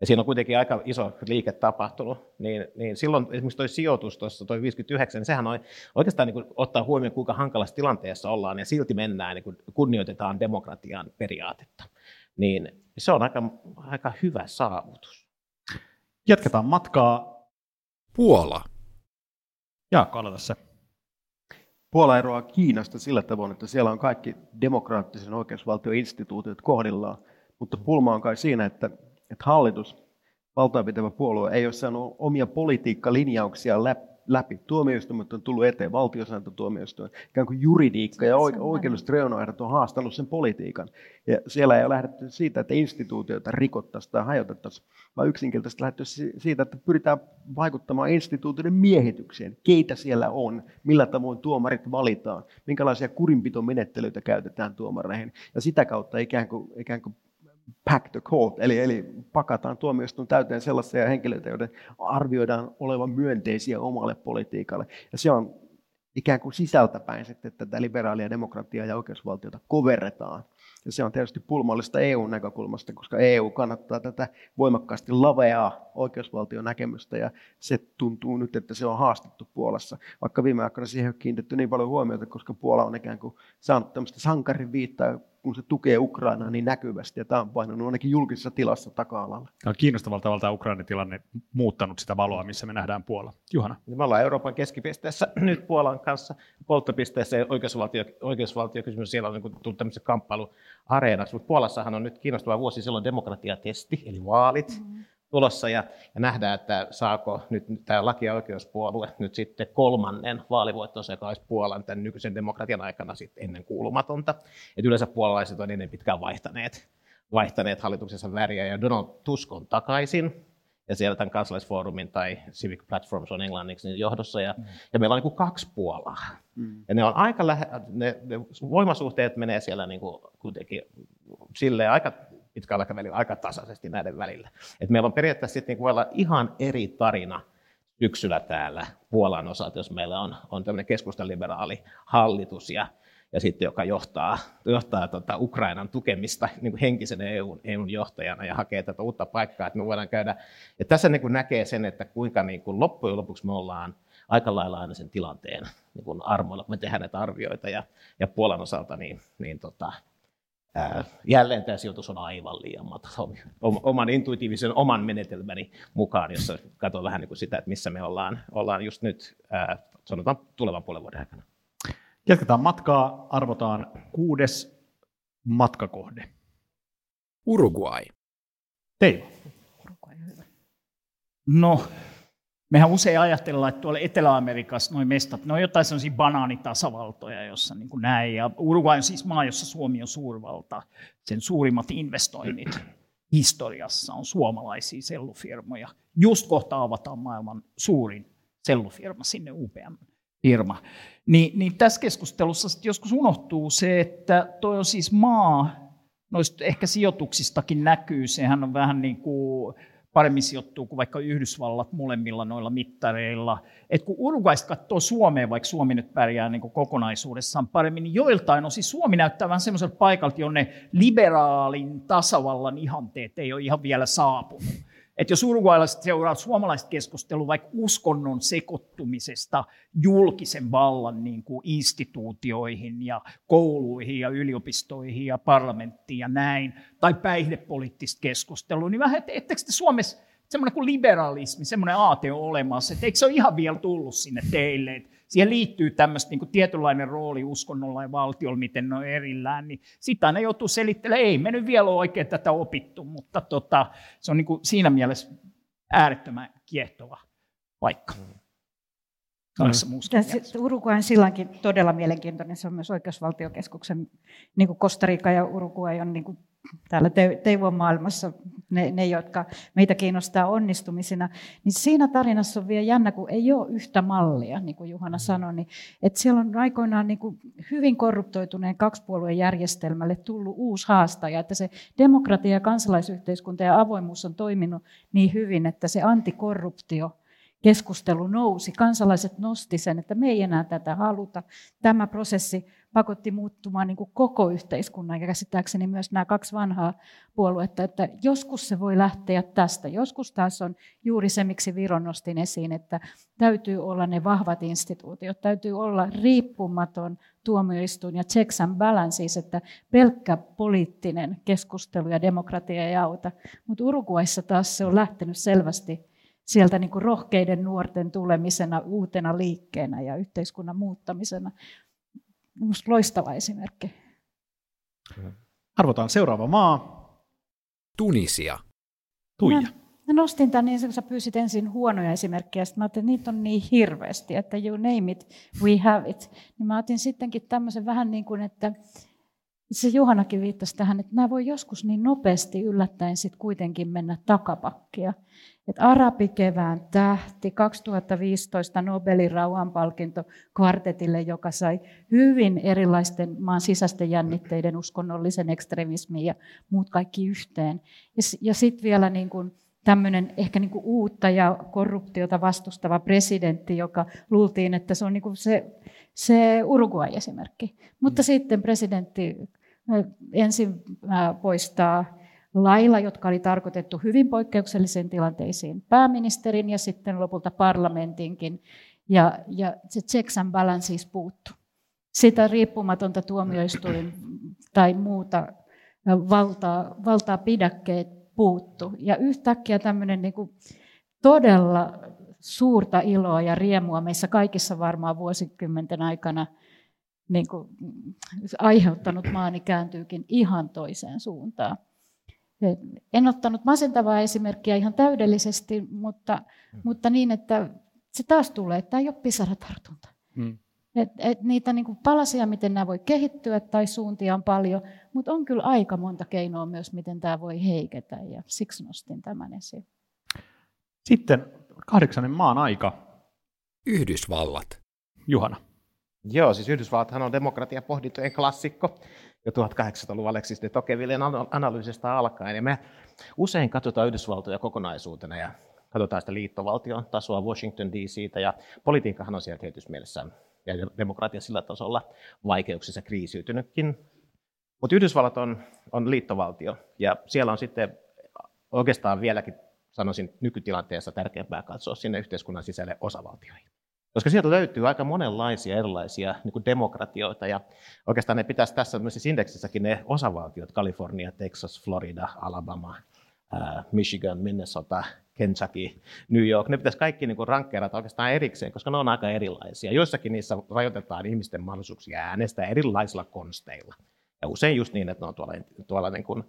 Speaker 2: Ja siinä on kuitenkin aika iso liike tapahtunut. Niin silloin esimerkiksi tuo sijoitus tuossa, tuo 59, niin sehän on oikeastaan niin kuin ottaa huomioon, kuinka hankalassa tilanteessa ollaan, ja silti mennään, niin kuin kunnioitetaan demokratian periaatetta. Niin se on aika hyvä saavutus.
Speaker 1: Jatketaan matkaa.
Speaker 6: Puola.
Speaker 1: Jaakko, aloita se.
Speaker 4: Puola eroaa Kiinasta sillä tavoin, että siellä on kaikki demokraattisen oikeusvaltioinstituutiot kohdillaan, mutta pulma on kai siinä, että hallitus, valtaa pitävä puolue, ei ole saanut omia politiikkalinjauksia läpi. Tuomioistuimet on tullut eteen, valtiosääntötuomioistuin, ikään kuin juridiikka ja oikeudelliset reunaehdot on haastanut sen politiikan. Ja siellä ei ole lähdetty siitä, että instituutioita rikottaisiin tai hajotettaisiin, vaan yksinkertaisesti lähdetty siitä, että pyritään vaikuttamaan instituutioiden miehitykseen, keitä siellä on, millä tavoin tuomarit valitaan, minkälaisia kurinpitomenettelyitä käytetään tuomareihin. Ja sitä kautta ikään kuin pack the court, eli pakataan tuomioistuin täyteen sellaisia henkilöitä, joiden arvioidaan olevan myönteisiä omalle politiikalle. Ja se on ikään kuin sisältäpäin sitten, että tätä liberaalia demokratiaa ja oikeusvaltiota koverretaan. Ja se on tietysti pulmallista EU-näkökulmasta, koska EU kannattaa tätä voimakkaasti laveaa oikeusvaltion näkemystä, ja se tuntuu nyt, että se on haastettu Puolassa. Vaikka viime aikoina siihen ei ole kiinnitetty niin paljon huomiota, koska Puola on ikään kuin saanut tämmöistä sankarin viittaa, kun se tukee Ukrainaa niin näkyvästi, ja tämä on painanut ainakin julkisessa tilassa taka-alalla.
Speaker 1: Tämä on kiinnostavalla tavalla tämä Ukrainan tilanne muuttanut sitä valoa, missä me nähdään Puola. Juhana.
Speaker 2: Me ollaan Euroopan keskipisteessä nyt Puolan kanssa, polttopisteessä ja oikeusvaltiokysymys, siellä on tullut tämmöisen kamppailuareenaksi, mutta Puolassahan on nyt kiinnostava vuosi, silloin demokratiatesti, eli vaalit tulossa, ja nähdään, että saako nyt tämä laki- ja oikeuspuolue nyt sitten 3. vaalivoittonsa, joka olisi Puolan tämän nykyisen demokratian aikana sitten ennen kuulumatonta. Et yleensä puolalaiset on ennen pitkään vaihtaneet hallituksensa väriä, ja Donald Tusk on takaisin, ja siellä tämän kansalaisfoorumin tai Civic Platforms on englanniksi niin johdossa, ja meillä on niin kuin 2 Puolaa. Ja ne on aika ne voimasuhteet menee siellä niin kuin kuitenkin silleen aika pitkällä aikavälillä aika tasaisesti näiden välillä. Et meillä on periaatteessa sitten voi olla ihan eri tarina syksyllä täällä Puolan osalta, jos meillä on tämmöinen keskustaliberaali hallitus ja sitten joka johtaa Ukrainan tukemista niin kuin henkisenä EUn johtajana ja hakee tätä uutta paikkaa, että me voidaan käydä. Ja tässä niin kuin näkee sen, että kuinka niin kuin loppujen lopuksi me ollaan aika lailla aina sen tilanteen niin kuin armoilla, kun me tehdään näitä arvioita, ja Puolan osalta jälleen tämä sijoitus on aivan liian matala oman intuitiivisen oman menetelmäni mukaan, jossa katson vähän niin kuin sitä, että missä me ollaan just nyt, sanotaan tulevan puolen vuoden aikana.
Speaker 1: Jatketaan matkaa, arvotaan 6. matkakohde.
Speaker 6: Uruguay.
Speaker 1: Teivo.
Speaker 5: No, mehän usein ajatellaan, että tuolla Etelä-Amerikassa nuo mestat, ne on jotain sellaisia banaanitasavaltoja, jossa niin kuin näin. Ja Uruguay on siis maa, jossa Suomi on suurvalta. Sen suurimmat investoinnit historiassa on suomalaisia sellufirmoja. Just kohta avataan maailman suurin sellufirma, sinne UPM-firma. Niin tässä keskustelussa sitten joskus unohtuu se, että toi on siis maa, noista ehkä sijoituksistakin näkyy, sehän on vähän niin kuin paremmin sijoittuu kuin vaikka Yhdysvallat molemmilla noilla mittareilla. Et kun Uruguaysta katsoo Suomeen, vaikka Suomi nyt pärjää niin kuin kokonaisuudessaan paremmin, niin joiltain osin Suomi näyttää vähän semmoiselta paikalta, jonne liberaalin tasavallan ihanteet ei ole ihan vielä saapunut. Et jos uruguailaiset seuraa suomalaista keskustelua vaikka uskonnon sekoittumisesta julkisen vallan niin kuin instituutioihin ja kouluihin ja yliopistoihin ja parlamenttiin ja näin, tai päihdepoliittista keskustelua, niin vähän, ettekö te Suomessa semmoinen kuin liberalismi, semmoinen aate on olemassa, että eikö se ole ihan vielä tullut sinne teille, että siihen liittyy tämmöistä niin kuin tietynlainen rooli uskonnolla ja valtiolla, miten ne on erillään, niin sitä aina joutuu selittelemään, ei me nyt vielä ole oikein tätä opittu, mutta se on niin kuin siinä mielessä äärettömän kiehtova paikka.
Speaker 3: Uruguay on silläkin todella mielenkiintoinen, se on myös oikeusvaltiokeskuksen, niin kuin Costa Rica ja Uruguay on niin kuin täällä Teivon maailmassa ne, jotka meitä kiinnostaa onnistumisina, niin siinä tarinassa on vielä jännä, kun ei ole yhtä mallia, niin kuin Juhana sanoi, niin että siellä on aikoinaan niin kuin hyvin korruptoituneen kaksipuolueen järjestelmälle tullut uusi haastaja, että se demokratia ja kansalaisyhteiskunta ja avoimuus on toiminut niin hyvin, että se antikorruptio keskustelu nousi. Kansalaiset nosti sen, että me ei enää tätä haluta. Tämä prosessi pakotti muuttumaan niin kuin koko yhteiskunnan ja käsittääkseni myös nämä 2 vanhaa puoluetta, että joskus se voi lähteä tästä. Joskus taas on juuri se, miksi Viron nostin esiin, että täytyy olla ne vahvat instituutiot, täytyy olla riippumaton tuomioistuin ja checks and balances, että pelkkä poliittinen keskustelu ja demokratia ei auta. Mutta Uruguayssa taas se on lähtenyt selvästi sieltä niin kuin rohkeiden nuorten tulemisena uutena liikkeenä ja yhteiskunnan muuttamisena. Minusta loistava esimerkki.
Speaker 1: Arvotaan seuraava maa.
Speaker 6: Tunisia.
Speaker 1: Tuija.
Speaker 3: Mä nostin tämän niin, kun sä pyysit ensin huonoja esimerkkejä, sitten mä ajattelin, että niitä on niin hirveästi, että you name it, we have it. Niin mä otin sittenkin tämmöisen vähän niin kuin, että se Juhanakin viittasi tähän, että nämä voi joskus niin nopeasti yllättäen sitten kuitenkin mennä takapakkia. Että arabikevään tähti, 2015 Nobelin rauhanpalkinto kvartetille, joka sai hyvin erilaisten maan sisäisten jännitteiden, uskonnollisen ekstremismin ja muut kaikki yhteen. Ja sitten vielä niin kuin tämmöinen ehkä niin kuin uutta ja korruptiota vastustava presidentti, joka luultiin, että se on niin kuin se Uruguay-esimerkki. Mutta sitten presidentti ensin poistaa lailla, jotka oli tarkoitettu hyvin poikkeuksellisiin tilanteisiin, pääministerin ja sitten lopulta parlamentinkin. Ja se checks and balances puuttu. Sitä riippumatonta tuomioistuin tai muuta valtaa pidäkkeet puuttu. Ja yhtäkkiä tämmöinen niin kuin todella suurta iloa ja riemua meissä kaikissa varmaan vuosikymmenten aikana niin kuin aiheuttanut maani kääntyykin ihan toiseen suuntaan. En ottanut masentavaa esimerkkiä ihan täydellisesti, mutta niin, että se taas tulee, että tämä ei ole pisaratartunta. Et niitä niin kuin palasia, miten nämä voi kehittyä tai suuntia on paljon, mutta on kyllä aika monta keinoa myös, miten tämä voi heiketä, ja siksi nostin tämän esiin.
Speaker 1: Sitten 8. maan aika.
Speaker 6: Yhdysvallat.
Speaker 1: Juhana.
Speaker 2: Joo, siis Yhdysvallathan on demokratiapohdintojen klassikko jo 1800-luvun Alexis de Tocquevillein analyysistä alkaen. Ja me usein katsotaan Yhdysvaltoja kokonaisuutena ja katsotaan sitä liittovaltion tasoa, Washington DC:tä, ja politiikkahan on siellä tietysti mielessä ja demokratia sillä tasolla vaikeuksissa kriisiytynytkin. Mutta Yhdysvallat on liittovaltio, ja siellä on sitten oikeastaan vieläkin, sanoisin, nykytilanteessa tärkeämpää katsoa sinne yhteiskunnan sisälle osavaltioihin. Koska sieltä löytyy aika monenlaisia erilaisia niin kuin demokratioita, ja oikeastaan ne pitäisi tässä indeksissäkin ne osavaltiot, Kalifornia, Texas, Florida, Alabama, Michigan, Minnesota, Kentucky, New York, ne pitäisi kaikki niin kuin rankkeerata oikeastaan erikseen, koska ne on aika erilaisia. Joissakin niissä rajoitetaan ihmisten mahdollisuuksia äänestää erilaisilla konsteilla. Ja usein just niin, että ne on tuolla niin kuin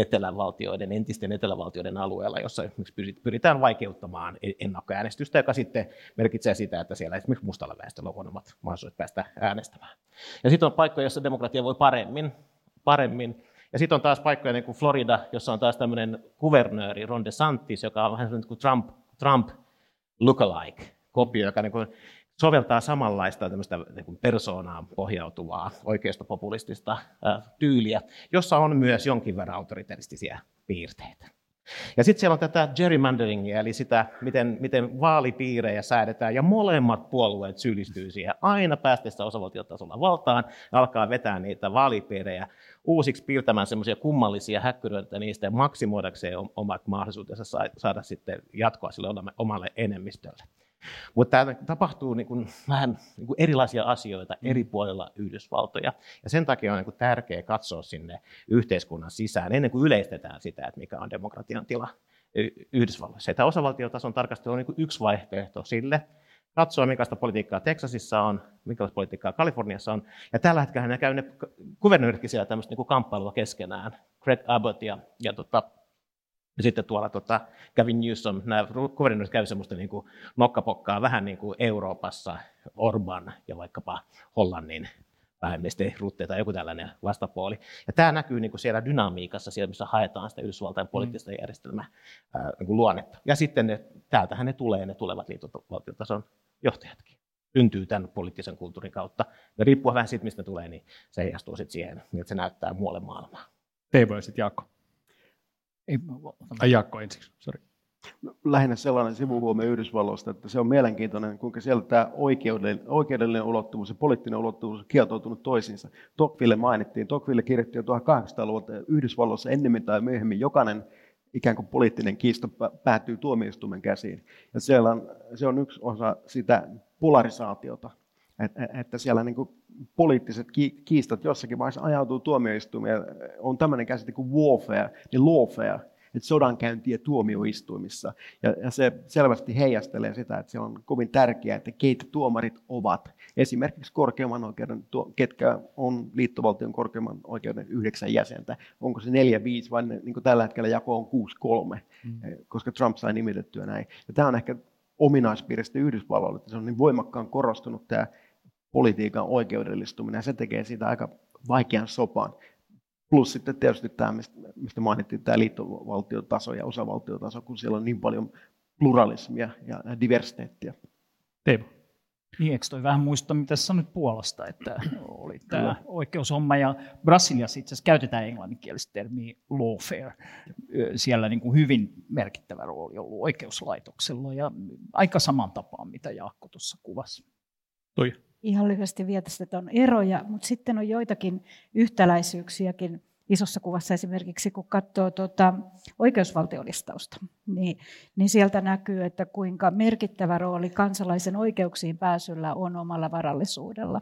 Speaker 2: entisten etelävaltioiden alueella, jossa pyritään vaikeuttamaan ennakkoäänestystä, joka sitten merkitsee sitä, että siellä esimerkiksi mustalla väestöllä on huonommat mahdollisuudet päästä äänestämään. Ja sitten on paikkoja, joissa demokratia voi paremmin. Ja sitten on taas paikkoja niin kuin Florida, jossa on taas tämmöinen kuvernööri Ron DeSantis, joka on vähän sellainen kuin Trump lookalike, kopio, joka niin kuin soveltaa samanlaista niin persoonaan pohjautuvaa oikeistopopulistista tyyliä, jossa on myös jonkin verran autoritaristisia piirteitä. Ja sitten siellä on tätä gerrymanderingia, eli sitä, miten vaalipiirejä säädetään, ja molemmat puolueet syyllistyy siihen aina päästessä osavaltiotasolla valtaan, ja alkaa vetää niitä vaalipiirejä uusiksi, piirtämään semmoisia kummallisia häkkyröitä niistä, ja maksimoidakseen omat mahdollisuutensa saada sitten jatkoa sille omalle enemmistölle. Mutta tämä tapahtuu vähän erilaisia asioita eri puolilla Yhdysvaltoja, ja sen takia on tärkeää katsoa sinne yhteiskunnan sisään ennen kuin yleistetään sitä, että mikä on demokratian tila Yhdysvalloissa. Tämä osavaltiotason tarkastelu on yksi vaihtoehto sille, katsoa minkälaista politiikkaa Texasissa on, minkälaista politiikkaa Kaliforniassa on, ja tällä hetkellä ne käy ne kuvernööritkin siellä tämmöistä kamppailua keskenään, Greg Abbott ja sitten tuolla Gavin Newsom, nämä kuvernöörit käy semmoista nokkapokkaa vähän niin kuin Euroopassa, Orban ja vaikkapa Hollannin pääministeri Rutte tai joku tällainen vastapuoli. Ja tämä näkyy siellä dynamiikassa, siellä missä haetaan sitä Yhdysvaltain poliittista järjestelmää luonnetta. Ja sitten täältähän ne tulevat liittovaltiotason johtajatkin. Syntyy tämän poliittisen kulttuurin kautta. Ja riippuen vähän siitä, mistä ne tulee, niin se heijastuu sitten siihen, että se näyttää muualle maailmaan.
Speaker 1: Teivo ja sitten Jaakko. Jaakko ensiksi, sori.
Speaker 4: Lähinnä sellainen sivuhuomio Yhdysvalloista, että se on mielenkiintoinen, kuinka siellä tämä oikeudellinen ulottuvuus ja poliittinen ulottuvuus on kietoutunut toisiinsa. Tocqueville mainittiin. Tocqueville kirjoitti jo 1800-luvulta Yhdysvalloissa ennemmin tai myöhemmin jokainen ikään kuin poliittinen kiista päätyy tuomioistuimen käsiin. Ja se on yksi osa sitä polarisaatiota, että siellä niin kuin poliittiset kiistat jossakin vaiheessa ajautuu tuomioistuimeen. On tämmöinen käsite kuin warfare, niin lawfare, että sodankäyntiä tuomioistuimissa. Ja se selvästi heijastelee sitä, että se on kovin tärkeää, että keitä tuomarit ovat. Esimerkiksi korkeimman oikeuden, ketkä on liittovaltion korkeimman oikeuden 9 jäsentä. Onko se 4-5 vai niin kuin tällä hetkellä jako on 6-3, koska Trump sai nimitettyä näin. Ja tämä on ehkä ominaispiiristä Yhdysvalloille, että se on niin voimakkaan korostunut tämä politiikan oikeudellistuminen, ja se tekee siitä aika vaikean sopan. Plus sitten tietysti tämä, mistä mainittiin, tämä liittovaltiotaso ja osavaltiotaso, kun siellä on niin paljon pluralismia ja diversiteettiä.
Speaker 1: Teivo.
Speaker 5: Niin, eikö toi vähän muista, mitä sanoit Puolasta, että oli tämä oikeushomma, ja Brasiliassa itse asiassa käytetään englanninkielistä termiä lawfare. Siellä niin kuin hyvin merkittävä rooli ollut oikeuslaitoksella, ja aika saman tapaan, mitä Jaakko tuossa kuvasi.
Speaker 1: Toi.
Speaker 3: Ihan lyhyesti vielä, että on eroja, mutta sitten on joitakin yhtäläisyyksiäkin isossa kuvassa. Esimerkiksi kun katsoo oikeusvaltiolistausta, niin sieltä näkyy, että kuinka merkittävä rooli kansalaisen oikeuksiin pääsyllä on omalla varallisuudella.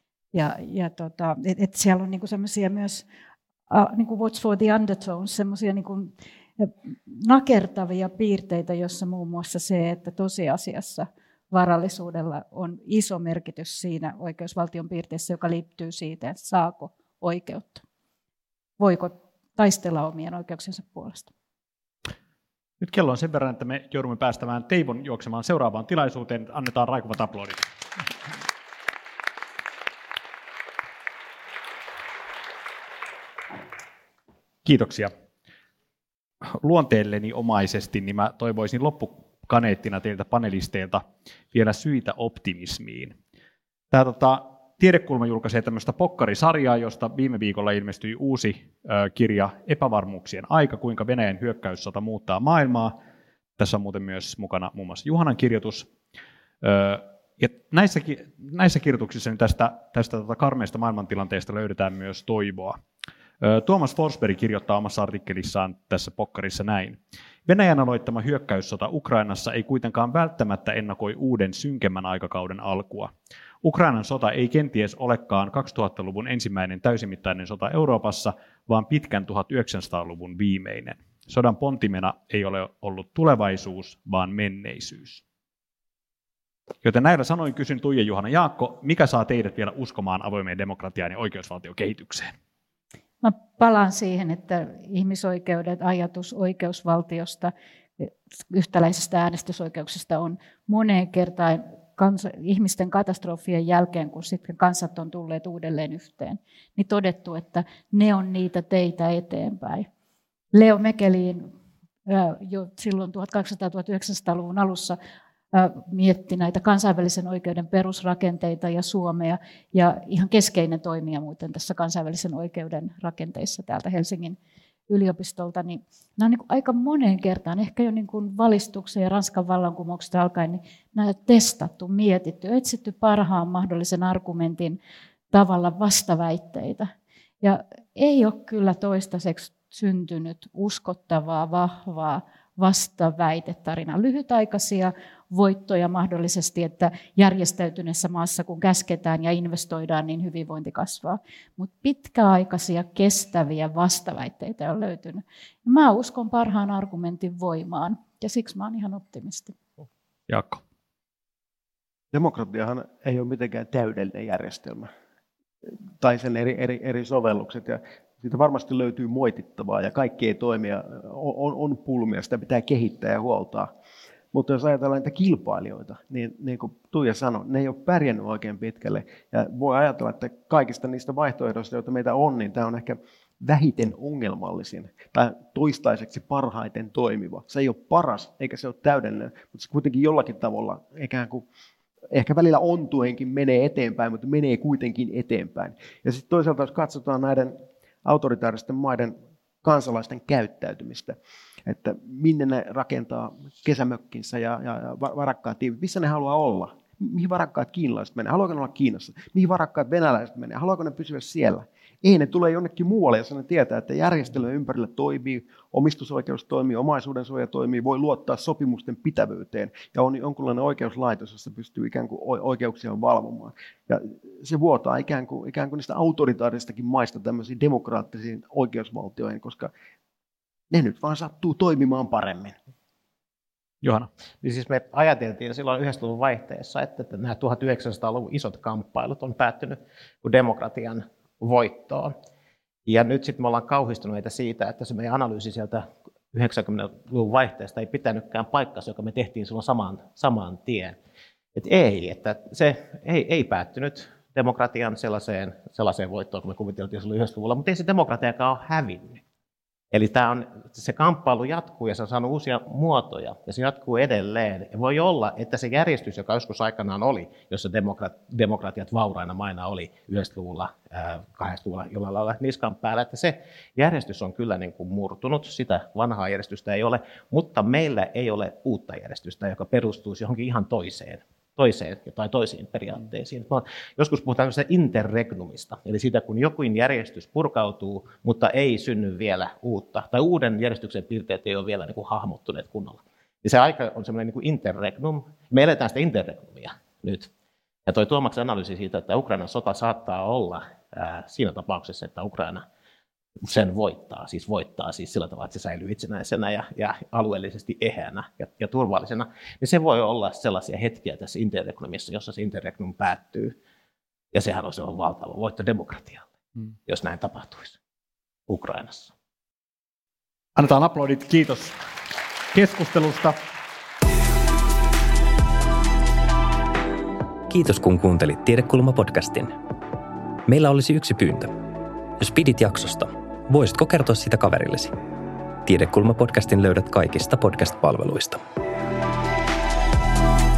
Speaker 3: Että siellä on niinku semmoisia myös, niinku Watch for the Undertones, semmoisia niinku nakertavia piirteitä, jossa muun muassa se, että tosiasiassa varallisuudella on iso merkitys siinä oikeusvaltion piirteessä, joka liittyy siitä, että saako oikeutta. Voiko taistella omien oikeuksiensa puolesta?
Speaker 1: Nyt kello on sen verran, että me joudumme päästämään Teivon juoksemaan seuraavaan tilaisuuteen. Annetaan raikuvat aplodit. Kiitoksia. Luonteelleni omaisesti niin mä toivoisin loppukaneettina teiltä panelisteilta vielä syitä optimismiin. Tämä Tiedekulma julkaisee tämmöistä pokkarisarjaa, josta viime viikolla ilmestyi uusi kirja Epävarmuuksien aika, kuinka Venäjän hyökkäyssota muuttaa maailmaa. Tässä on muuten myös mukana muun muassa Juhanan kirjoitus. Ja näissä kirjoituksissa niin tästä karmeasta maailmantilanteesta löydetään myös toivoa. Tuomas Forsberg kirjoittaa omassa artikkelissaan tässä pokkarissa näin. Venäjän aloittama hyökkäyssota Ukrainassa ei kuitenkaan välttämättä ennakoi uuden synkemmän aikakauden alkua. Ukrainan sota ei kenties olekaan 2000-luvun ensimmäinen täysimittainen sota Euroopassa, vaan pitkän 1900-luvun viimeinen. Sodan pontimena ei ole ollut tulevaisuus, vaan menneisyys. Joten näillä sanoin kysyn Tuija, Juhana, Jaakko, mikä saa teidät vielä uskomaan avoimeen demokratiaan ja oikeusvaltiokehitykseen?
Speaker 3: Mä palaan siihen, että ihmisoikeudet, ajatus oikeusvaltiosta, yhtäläisestä äänestysoikeuksista on moneen kertaan ihmisten katastrofien jälkeen, kun sitten kansat on tulleet uudelleen yhteen, niin todettu, että ne on niitä teitä eteenpäin. Leo Mekelin jo silloin 1800-1900-luvun alussa mietti näitä kansainvälisen oikeuden perusrakenteita ja Suomea, ja ihan keskeinen toimija muuten tässä kansainvälisen oikeuden rakenteissa täältä Helsingin yliopistolta, niin nämä on niin kuin aika moneen kertaan, ehkä jo niin kuin valistuksen ja Ranskan vallankumouksesta alkaen, niin nämä on testattu, mietitty, etsitty parhaan mahdollisen argumentin tavalla vastaväitteitä. Ja ei ole kyllä toistaiseksi syntynyt uskottavaa, vahvaa vastaväitetarinaa. Lyhytaikaisia voittoja mahdollisesti, että järjestäytyneessä maassa kun käsketään ja investoidaan, niin hyvinvointi kasvaa. Mutta pitkäaikaisia kestäviä vastaväitteitä on löytynyt. Mä uskon parhaan argumentin voimaan ja siksi mä oon ihan optimisti.
Speaker 1: Jaakko.
Speaker 4: Demokratiahan ei ole mitenkään täydellinen järjestelmä tai sen eri sovellukset. Ja siitä varmasti löytyy moitittavaa ja kaikki ei toimia, on pulmia, sitä pitää kehittää ja huoltaa. Mutta jos ajatellaan niitä kilpailijoita, niin kuin Tuija sanoi, ne ei ole pärjännyt oikein pitkälle. Ja voi ajatella, että kaikista niistä vaihtoehdoista, joita meitä on, niin tämä on ehkä vähiten ongelmallisin tai toistaiseksi parhaiten toimiva. Se ei ole paras eikä se ole täydellinen, mutta se kuitenkin jollakin tavalla ikään kuin ehkä välillä ontuenkin menee eteenpäin, mutta menee kuitenkin eteenpäin. Ja sitten toisaalta, jos katsotaan näiden autoritaaristen maiden kansalaisten käyttäytymistä, että minne ne rakentaa kesämökkinsä ja varakkaat tiivit, missä ne haluaa olla. Mihin varakkaat kiinalaiset menee? Haluaako ne olla Kiinassa? Mihin varakkaat venäläiset menee? Haluaako ne pysyä siellä? Ei, ne tulee jonnekin muualle, jos ne tietää, että järjestelmä ympärillä toimii, omistusoikeus toimii, omaisuuden suoja toimii, voi luottaa sopimusten pitävyyteen ja on jonkunlainen oikeuslaitos, jossa pystyy ikään kuin oikeuksia valvomaan. Ja se vuotaa ikään kuin niistä autoritaaristakin maista tämmöisiin demokraattisiin oikeusvaltioihin, koska ne nyt vaan sattuu toimimaan paremmin.
Speaker 1: Johanna.
Speaker 2: Niin siis me ajateltiin silloin 90-luvun vaihteessa, että nämä 1900-luvun isot kamppailut on päättynyt demokratian voittoon. Ja nyt sitten me ollaan kauhistuneita siitä, että se meidän analyysi sieltä 90-luvun vaihteesta ei pitänytkään paikkansa, joka me tehtiin silloin saman tien. Että se ei päättynyt demokratian sellaiseen voittoon, kun me kuviteltiin silloin 90-luvulla, mutta ei se demokratiakaan ole hävinnyt. Eli se kamppailu jatkuu ja se on saanut uusia muotoja ja se jatkuu edelleen. Ja voi olla, että se järjestys, joka joskus aikanaan oli, jossa demokratiat vauraina maina oli 90-luvulla, 80-luvulla jollain lailla niskan päällä, että se järjestys on kyllä niin kuin murtunut, sitä vanhaa järjestystä ei ole, mutta meillä ei ole uutta järjestystä, joka perustuisi johonkin ihan toiseen tai toisiin periaatteisiin. Joskus puhutaan interregnumista, eli siitä, kun jokin järjestys purkautuu, mutta ei synny vielä uutta, tai uuden järjestyksen piirteet ei ole vielä niin kuin hahmottuneet kunnolla. Ja se aika on semmoinen niin kuin interregnum. Me eletään sitä interregnumia nyt. Ja toi Tuomaksen analyysi siitä, että Ukrainan sota saattaa olla siinä tapauksessa, että Ukraina sen voittaa siis sillä tavalla, että se säilyy itsenäisenä ja alueellisesti eheänä ja turvallisena, niin se voi olla sellaisia hetkiä tässä interregnumissa, jossa se interregnum päättyy, ja sehän on se valtava voitto demokratialle, jos näin tapahtuisi Ukrainassa.
Speaker 1: Annetaan aplodit, kiitos keskustelusta.
Speaker 7: Kiitos kun kuuntelit Tiedekulma-podcastin. Meillä olisi yksi pyyntö. Jos pidit jaksosta, voisitko kertoa sitä kaverillesi? Tiedekulma-podcastin löydät kaikista podcast-palveluista.